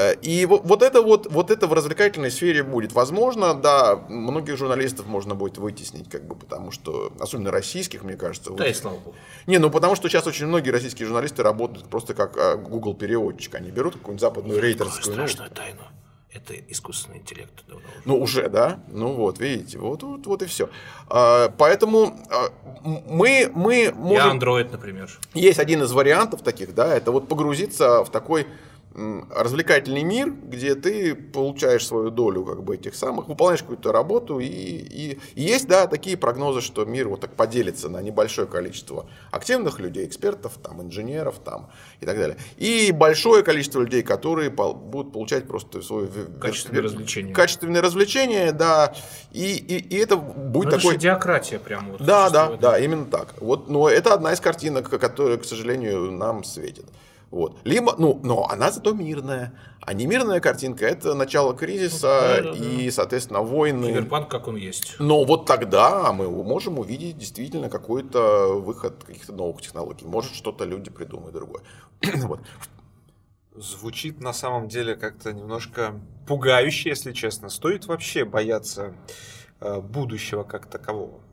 И вот, вот, это вот, вот это в развлекательной сфере будет. Возможно, да, многих журналистов можно будет вытеснить, как бы, потому что, особенно российских, мне кажется. Да, и слава богу. Не, ну потому что сейчас очень многие российские журналисты работают просто как Google переводчик. Они берут какую-нибудь западную рейтерскую. Страшную ну, тайну. Это искусственный интеллект. Давно уже. Ну, уже, да? Ну, вот, видите, вот, вот, вот и все. А, поэтому а, мы, мы можем... Я Android, например. Есть один из вариантов таких, да, это вот погрузиться в такой м, развлекательный мир, где ты получаешь свою долю, как бы, этих самых, выполняешь какую-то работу, и, и, и есть, да, такие прогнозы, что мир вот так поделится на небольшое количество активных людей, экспертов, там, инженеров, там, и так далее. И большое количество людей, которые пол- будут получать просто свое качественное развлечение. Качественное развлечение, да, и, и, и это будет но такой... Это же диократия прямо. Вот да, да, да, именно так. Вот, но это одна из картинок, которая, к сожалению, нам светит. Вот. Либо, ну, но она зато мирная. А не мирная картинка — это начало кризиса ну, да, да, и, да. соответственно, войны. Киберпанк, как он есть. Но вот тогда мы можем увидеть действительно какой-то выход каких-то новых технологий. Может, что-то люди придумают другое. Вот. Звучит на самом деле как-то немножко пугающе, если честно. Стоит вообще бояться э, будущего как такового?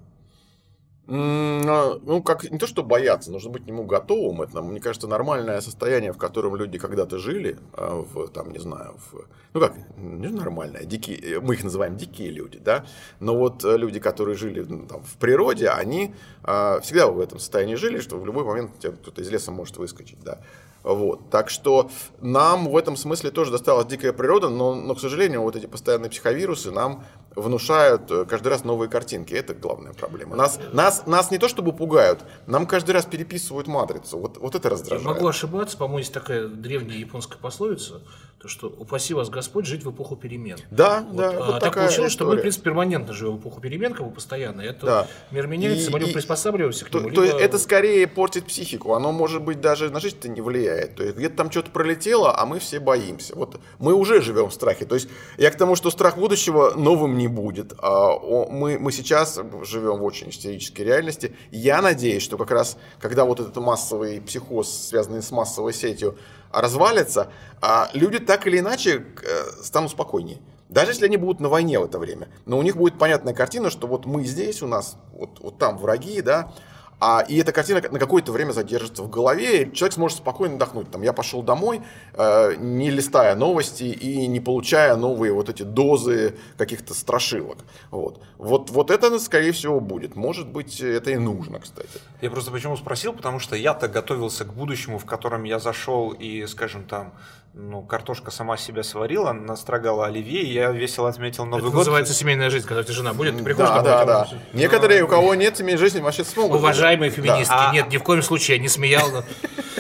Ну, как не то, что бояться, нужно быть к нему готовым. Это, мне кажется, нормальное состояние, в котором люди когда-то жили, в, там, не знаю, в, ну как, не нормальное, дикие, мы их называем дикие люди, да, но вот люди, которые жили там, в природе, они а, всегда в этом состоянии жили, что в любой момент кто-то из леса может выскочить, да. Вот. Так что нам в этом смысле тоже досталась дикая природа, но, но, к сожалению, вот эти постоянные психовирусы нам внушают каждый раз новые картинки. Это главная проблема. Нас, нас, нас не то чтобы пугают, нам каждый раз переписывают матрицу. Вот, вот это раздражает. Я могу ошибаться, по-моему, есть такая древняя японская пословица, то, что упаси вас Господь жить в эпоху перемен. Да, вот, да. А, вот так получилось, история. что мы, в принципе, перманентно живем в эпоху перемен, как бы постоянно. Это да. мир меняется, и, мы либо приспосабливаемся к нему, то, либо... то это скорее портит психику. Оно, может быть, даже на жизнь-то не влияет. То есть где-то там что-то пролетело, а мы все боимся. Вот мы уже живем в страхе. То есть я к тому, что страх будущего новым не будет. А мы, мы сейчас живем в очень истерической реальности. Я надеюсь, что как раз, когда вот этот массовый психоз, связанный с массовой сетью, развалится, люди так или иначе станут спокойнее. Даже если они будут на войне в это время. Но у них будет понятная картина, что вот мы здесь, у нас вот, вот там враги, да, А, и эта картина на какое-то время задержится в голове, и человек сможет спокойно отдохнуть. Там, я пошел домой, э, не листая новости и не получая новые вот эти дозы каких-то страшилок. Вот. Вот, вот это, скорее всего, будет. Может быть, это и нужно, кстати. Я просто почему спросил, потому что я-то готовился к будущему, в котором я зашел и, скажем, там, ну, картошка сама себя сварила, настрогала оливье, и я весело отметил Новый это год. называется семейная жизнь, когда у тебя жена будет, ты приходишь Да, домой. да, там, да. Некоторые, у кого нет семейной жизни, вообще смогут. Уважаемые феминистки, Да. нет, ни в коем случае я не смеял. но-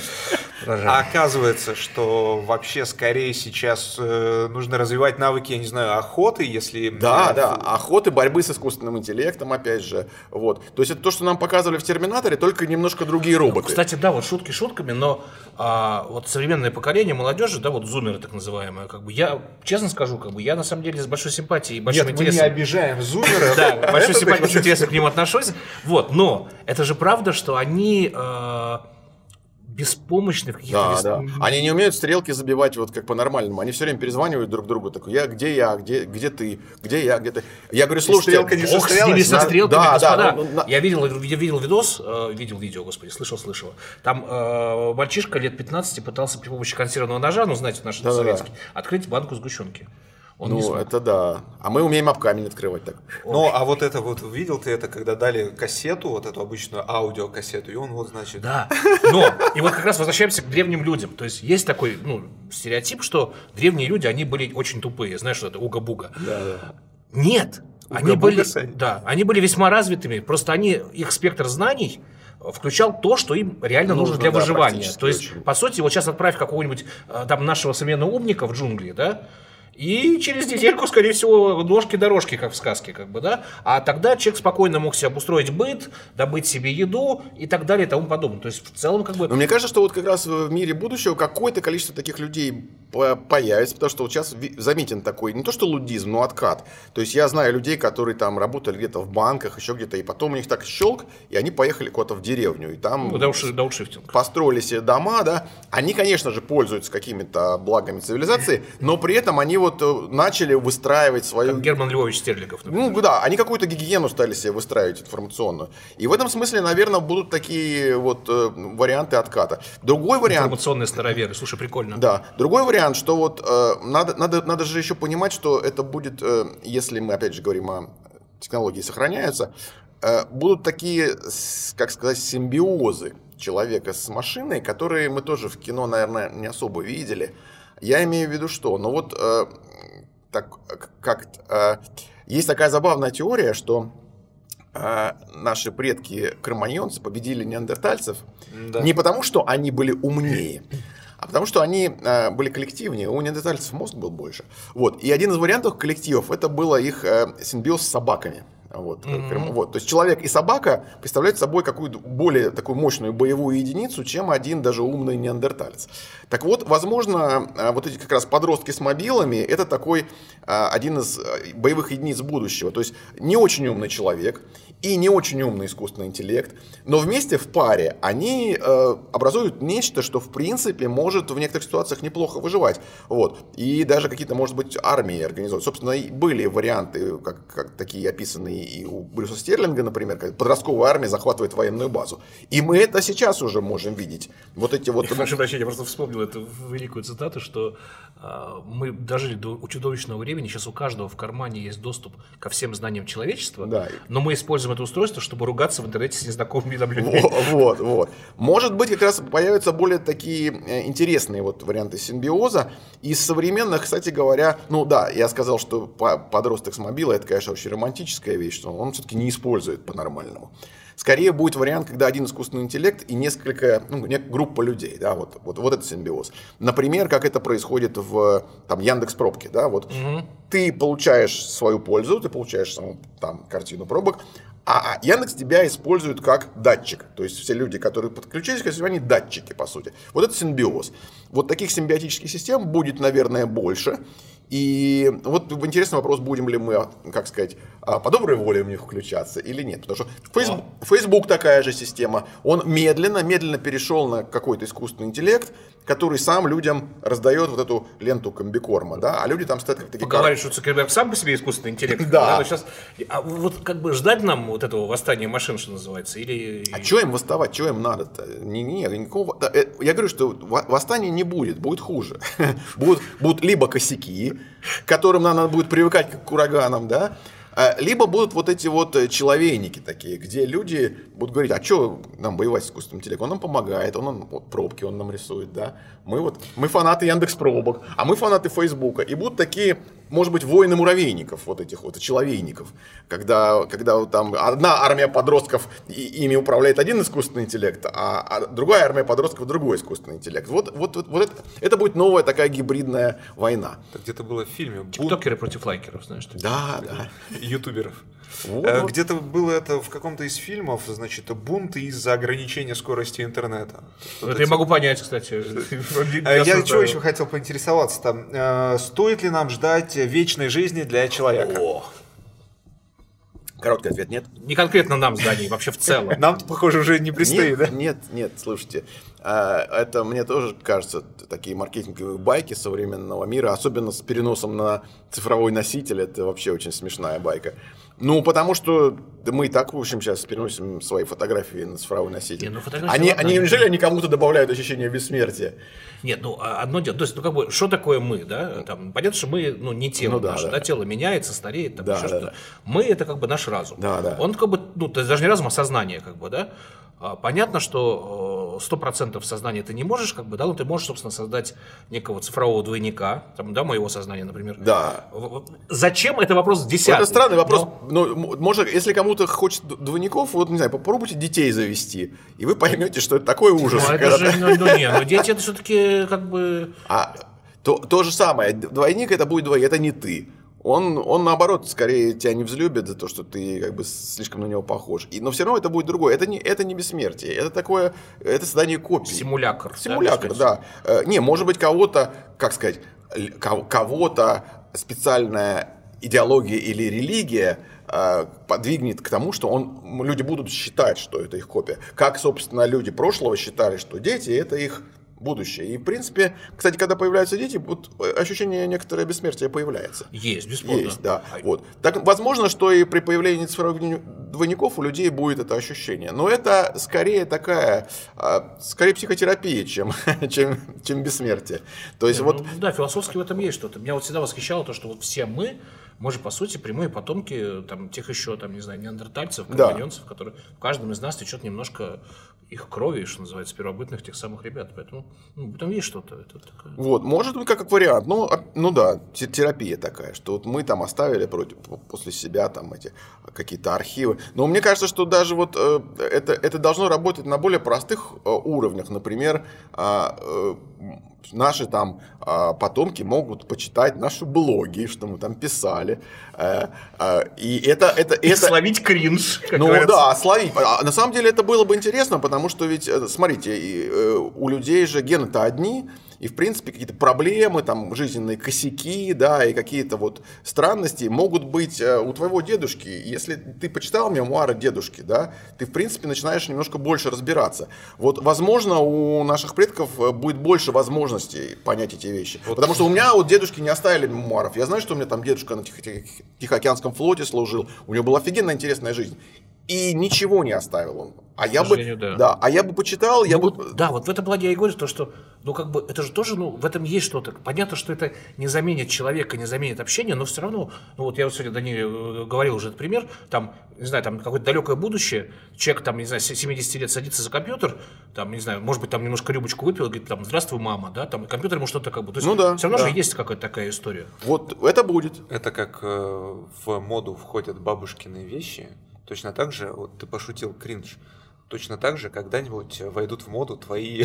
А оказывается, что вообще скорее сейчас э, нужно развивать навыки, я не знаю, охоты, если... Да, э, да, охоты, борьбы с искусственным интеллектом, опять же. Вот. То есть это то, что нам показывали в «Терминаторе», только немножко другие роботы. Кстати, да, вот шутки шутками, но а, вот современное поколение молодежи, да, вот зумеры так называемые, как бы я, честно скажу, как бы я на самом деле с большой симпатией и большим Нет, мы не интересом. обижаем зумеров. Да, большой симпатией, большим интересом к ним отношусь. Вот, но это же правда, что они э, беспомощны в каких-то... Да, вес- да. Они не умеют стрелки забивать вот как по-нормальному. Они все время перезванивают друг другу. Такой, я, где я, где, где ты, где я, где ты. Я говорю, слушайте, стрелка не Бог с ними, состоялась, со да, стрелками, да, господа. да, ну, ну, на- Я видел, я видел видос, э, видел видео, господи, слышал, слышал. Там э, мальчишка лет пятнадцати пытался при помощи консервного ножа, ну, знаете, наш Да-да-да. советский, открыть банку сгущенки. Он не Ну, смог. это да. А мы умеем об камень открывать так. Ну, а вот это вот, видел ты это, когда дали кассету, вот эту обычную аудиокассету, и он вот, значит... Да, но, и вот как раз возвращаемся к древним людям. То есть есть такой, ну, стереотип, что древние люди, они были очень тупые. Знаешь, что это уга-буга? Да, да. Нет, они Уга-буга, были, Сань. да, они были весьма развитыми. Просто они, их спектр знаний включал то, что им реально нужно, Нужно, для да, выживания. практически То есть, очень. по сути, вот сейчас отправь какого-нибудь э, там нашего современного умника в джунгли, да, и через недельку, скорее всего, ножки-дорожки, как в сказке, как бы, да. А тогда человек спокойно мог себе обустроить быт, добыть себе еду и так далее и тому подобное. То есть, в целом, как бы... Но мне кажется, что вот как раз в мире будущего какое-то количество таких людей по- появится, потому что вот сейчас ви- заметен такой, не то что лудизм, но откат. То есть я знаю людей, которые там работали где-то в банках, еще где-то, и потом у них так щелк, и они поехали куда-то в деревню, и там... Ну, даунши- дауншифтинг. построили себе дома, да, они, конечно же, пользуются какими-то благами цивилизации, но при этом они вот э, начали выстраивать свою... Как Герман Львович Стерлигов, например. Ну да, они какую-то гигиену стали себе выстраивать информационную. И в этом смысле, наверное, будут такие вот э, варианты отката. Другой вариант... Информационные староверы. Слушай, прикольно. Да. Другой вариант, что вот э, надо, надо, надо же еще понимать, что это будет, э, если мы опять же говорим о технологии сохраняются, э, будут такие, с- как сказать, симбиозы человека с машиной, которые мы тоже в кино, наверное, не особо видели. Я имею в виду что? Ну вот э, так, как э, есть такая забавная теория, что э, наши предки кроманьонцы победили неандертальцев Да. не потому, что они были умнее, а потому что они э, были коллективнее, у неандертальцев мозг был больше. Вот. И один из вариантов коллективов это было их э, симбиоз с собаками. Вот. Mm-hmm. Вот. То есть человек и собака представляют собой какую-то более такую мощную боевую единицу, чем один даже умный неандерталец. Так вот, возможно, э, вот эти как раз подростки с мобилами это такой э, один из э, боевых единиц будущего. То есть не очень умный человек и не очень умный искусственный интеллект, но вместе в паре они э, образуют нечто, что в принципе может в некоторых ситуациях неплохо выживать. Вот. И даже какие-то, может быть, армии организовать. Собственно, и были варианты, как, как такие описанные и у Брюса Стерлинга, например, когда подростковая армия захватывает военную базу. И мы это сейчас уже можем видеть. Вот эти вот... Прошу прощения, я просто вспомнил эту великую цитату, что э, мы дожили до чудовищного времени, сейчас у каждого в кармане есть доступ ко всем знаниям человечества, Да. но мы используем это устройство, чтобы ругаться в интернете с незнакомыми нам людьми. Вот, вот, вот. Может быть, как раз появятся более такие э, интересные вот варианты симбиоза. Из современных, кстати говоря, ну да, я сказал, что по- подросток с мобилой, это, конечно, очень романтическая вещь, что он все-таки не использует по-нормальному. Скорее будет вариант, когда один искусственный интеллект и несколько, ну, нек- группа людей, да, вот, вот, вот это симбиоз. Например, как это происходит в там, Яндекс.Пробке, да, вот Мгм. ты получаешь свою пользу, ты получаешь саму там картину пробок, а Яндекс тебя использует как датчик. То есть все люди, которые подключились к этому, они датчики, по сути. Вот это симбиоз. Вот таких симбиотических систем будет, наверное, больше. И вот интересный вопрос, будем ли мы, как сказать, по доброй воле в них включаться или нет. Потому что Facebook, Facebook такая же система. Он медленно, медленно перешел на какой-то искусственный интеллект, который сам людям раздает вот эту ленту комбикорма, да, а люди там стоят как такие... Поговоришь, что Цукерберг сам по себе искусственный интеллект. Да. Сейчас, а вот как бы ждать нам вот этого восстания машин, что называется, или... А что им восставать, что им надо-то? Не, не, никакого... Я говорю, что восстания не будет, будет хуже. Будут, будут либо косяки, к которым нам надо будет привыкать как к ураганам, да, либо будут вот эти вот человейники такие, где люди будут говорить, а что нам воевать с искусственным интеллектом? Он нам помогает, он нам вот, пробки он нам рисует, да. Мы вот, мы фанаты Яндекс.Пробок, а мы фанаты Фейсбука. И будут такие, может быть, воины муравейников, вот этих вот человейников, когда, когда вот там одна армия подростков, и, ими управляет один искусственный интеллект, а, а другая армия подростков другой искусственный интеллект. Вот, вот, вот, вот это, это будет новая такая гибридная война. Это где-то было в фильме. Тиктокеры против лайкеров, знаешь. Да, да. Ютуберов. Вот. Где-то было это в каком-то из фильмов, значит, бунты из-за ограничения скорости интернета. Это эти... я могу понять, кстати. Я, я что еще хотел поинтересоваться там. Стоит ли нам ждать вечной жизни для человека? О. Короткий ответ – нет. Не конкретно нам с Даней, вообще в целом. Нам, похоже, уже не предстоит, нет, да? Нет, нет, слушайте. Это мне тоже кажется, такие маркетинговые байки современного мира, особенно с переносом на цифровой носитель, это вообще очень смешная байка. Ну, потому что мы и так, в общем, сейчас переносим свои фотографии на цифровой носитель. Не, ну, они, они, неужели они кому-то добавляют ощущение бессмертия? Нет, ну, одно дело, то есть, ну, как бы, что такое мы, да? Там, понятно, что мы, ну, не тело ну, да, наше, да. да, тело меняется, стареет, там, да, еще да, что-то. Да. Мы – это, как бы, наш разум. Да, да. Он, как бы, ну, то есть, даже не разум, а сознание, как бы, да? Понятно, что сто процентов сознания ты не можешь, как бы, да, но ты можешь, собственно, создать некого цифрового двойника, там, да, моего сознания, например. Да. Зачем? Это вопрос десятый. Это странный вопрос. Но... Но, можно, если кому-то хочется двойников, вот, не знаю, попробуйте детей завести, и вы поймете, что это такой ужас. Ну, это же, ну, ну, не, но дети это все-таки, как бы... А, то, то же самое, двойник это будет двойник, это не ты. Он, он, наоборот, скорее тебя не взлюбит за то, что ты как бы слишком на него похож. И, но все равно это будет другое. Это не, это не бессмертие. Это такое, это создание копий. Симулятор. Симулятор, да. да. Не, может быть, кого-то, как сказать, кого-то специальная идеология или религия подвигнет к тому, что он, люди будут считать, что это их копия. Как, собственно, люди прошлого считали, что дети – это их будущее. И, в принципе, кстати, когда появляются дети, вот ощущение некоторое бессмертия появляется. Есть, бесспорно. Есть, да. Вот. Так, возможно, что и при появлении цифровых двойников у людей будет это ощущение. Но это скорее такая, скорее психотерапия, чем, чем, чем бессмертие. То есть, да, вот... ну, да, философски в этом есть что-то. Меня вот всегда восхищало то, что вот все мы, мы же, по сути, прямые потомки там, тех еще, там, не знаю, неандертальцев, кроманьонцев, да. которые в каждом из нас течет немножко их крови, что называется, первобытных тех самых ребят. Поэтому ну, там есть что-то. Это такое... Вот, может быть, как, как вариант. Ну, ну да, терапия такая, что вот мы там оставили против, после себя там эти какие-то архивы. Но мне кажется, что даже вот э, это, это должно работать на более простых э, уровнях. Например, э, э, наши там э, потомки могут почитать наши блоги, что мы там писали. Э, э, и это... это, и это... словить кринж. Ну говорится. Да, словить. А на самом деле это было бы интересно, потому что ведь, смотрите, у людей же гены-то одни, и, в принципе, какие-то проблемы, там, жизненные косяки, да, и какие-то вот странности могут быть у твоего дедушки. Если ты почитал мемуары дедушки, да, ты, в принципе, начинаешь немножко больше разбираться. Вот, возможно, у наших предков будет больше возможностей понять эти вещи. Вот. Потому что у меня вот дедушки не оставили мемуаров. Я знаю, что у меня там дедушка на Тихоокеанском флоте служил, у него была офигенно интересная жизнь. И ничего не оставил он. А я бы, да. Да, а я бы почитал, я ну, бы... Да, вот в этом плане я и говорю, то, что, ну, как бы, это же тоже, ну, в этом есть что-то. Понятно, что это не заменит человека, не заменит общение, но все равно, ну, вот я вот сегодня Дани говорил уже этот пример, там, не знаю, там, какое-то далекое будущее, человек, там, не знаю, семьдесят лет садится за компьютер, там, не знаю, может быть, там, немножко рюмочку выпил, говорит, там, здравствуй, мама, да, там, компьютер ему что-то как бы, то есть, ну, да, все равно да. же есть какая-то такая история. Вот, это будет. Это как э, в моду входят бабушкины вещи. Точно так же, вот ты пошутил, кринж, точно так же когда-нибудь войдут в моду твои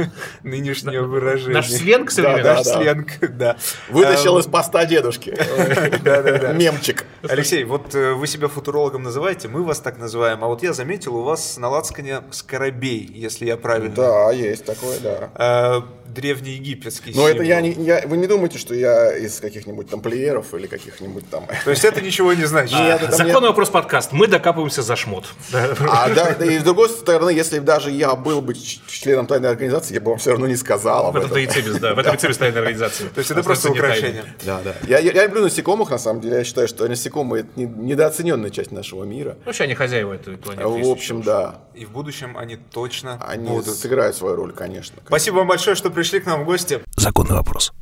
нынешние выражения. Наш сленг современный? Да, наш сленг, да. Вытащил из поста дедушки. Мемчик. Алексей, вот вы себя футурологом называете, мы вас так называем, а вот я заметил, у вас на лацкане скоробей, если я правильно. Да, есть такое, да. древнеегипетский Но символ. это я не, я, вы не думаете, что я из каких-нибудь тамплиеров или каких-нибудь там... То есть это ничего не значит? Нет, это Законный мне- вопрос подкаст. Мы докапываемся за шмот. А, да, да, и с другой стороны, если бы даже я был бы ч- членом тайной организации, я бы вам все равно не сказал об В этом-то этом. и цимис, да. В этом и цимис тайной организации. То есть это просто украшение. Да, да. Я, я, я люблю насекомых, на самом деле. Я считаю, что насекомые – это не- недооцененная часть нашего мира. Вообще они хозяева этой планеты. В общем, да. И в будущем они точно Они будут. сыграют свою роль, конечно. Спасибо вам большое, что пришли к нам в гости. Законный вопрос.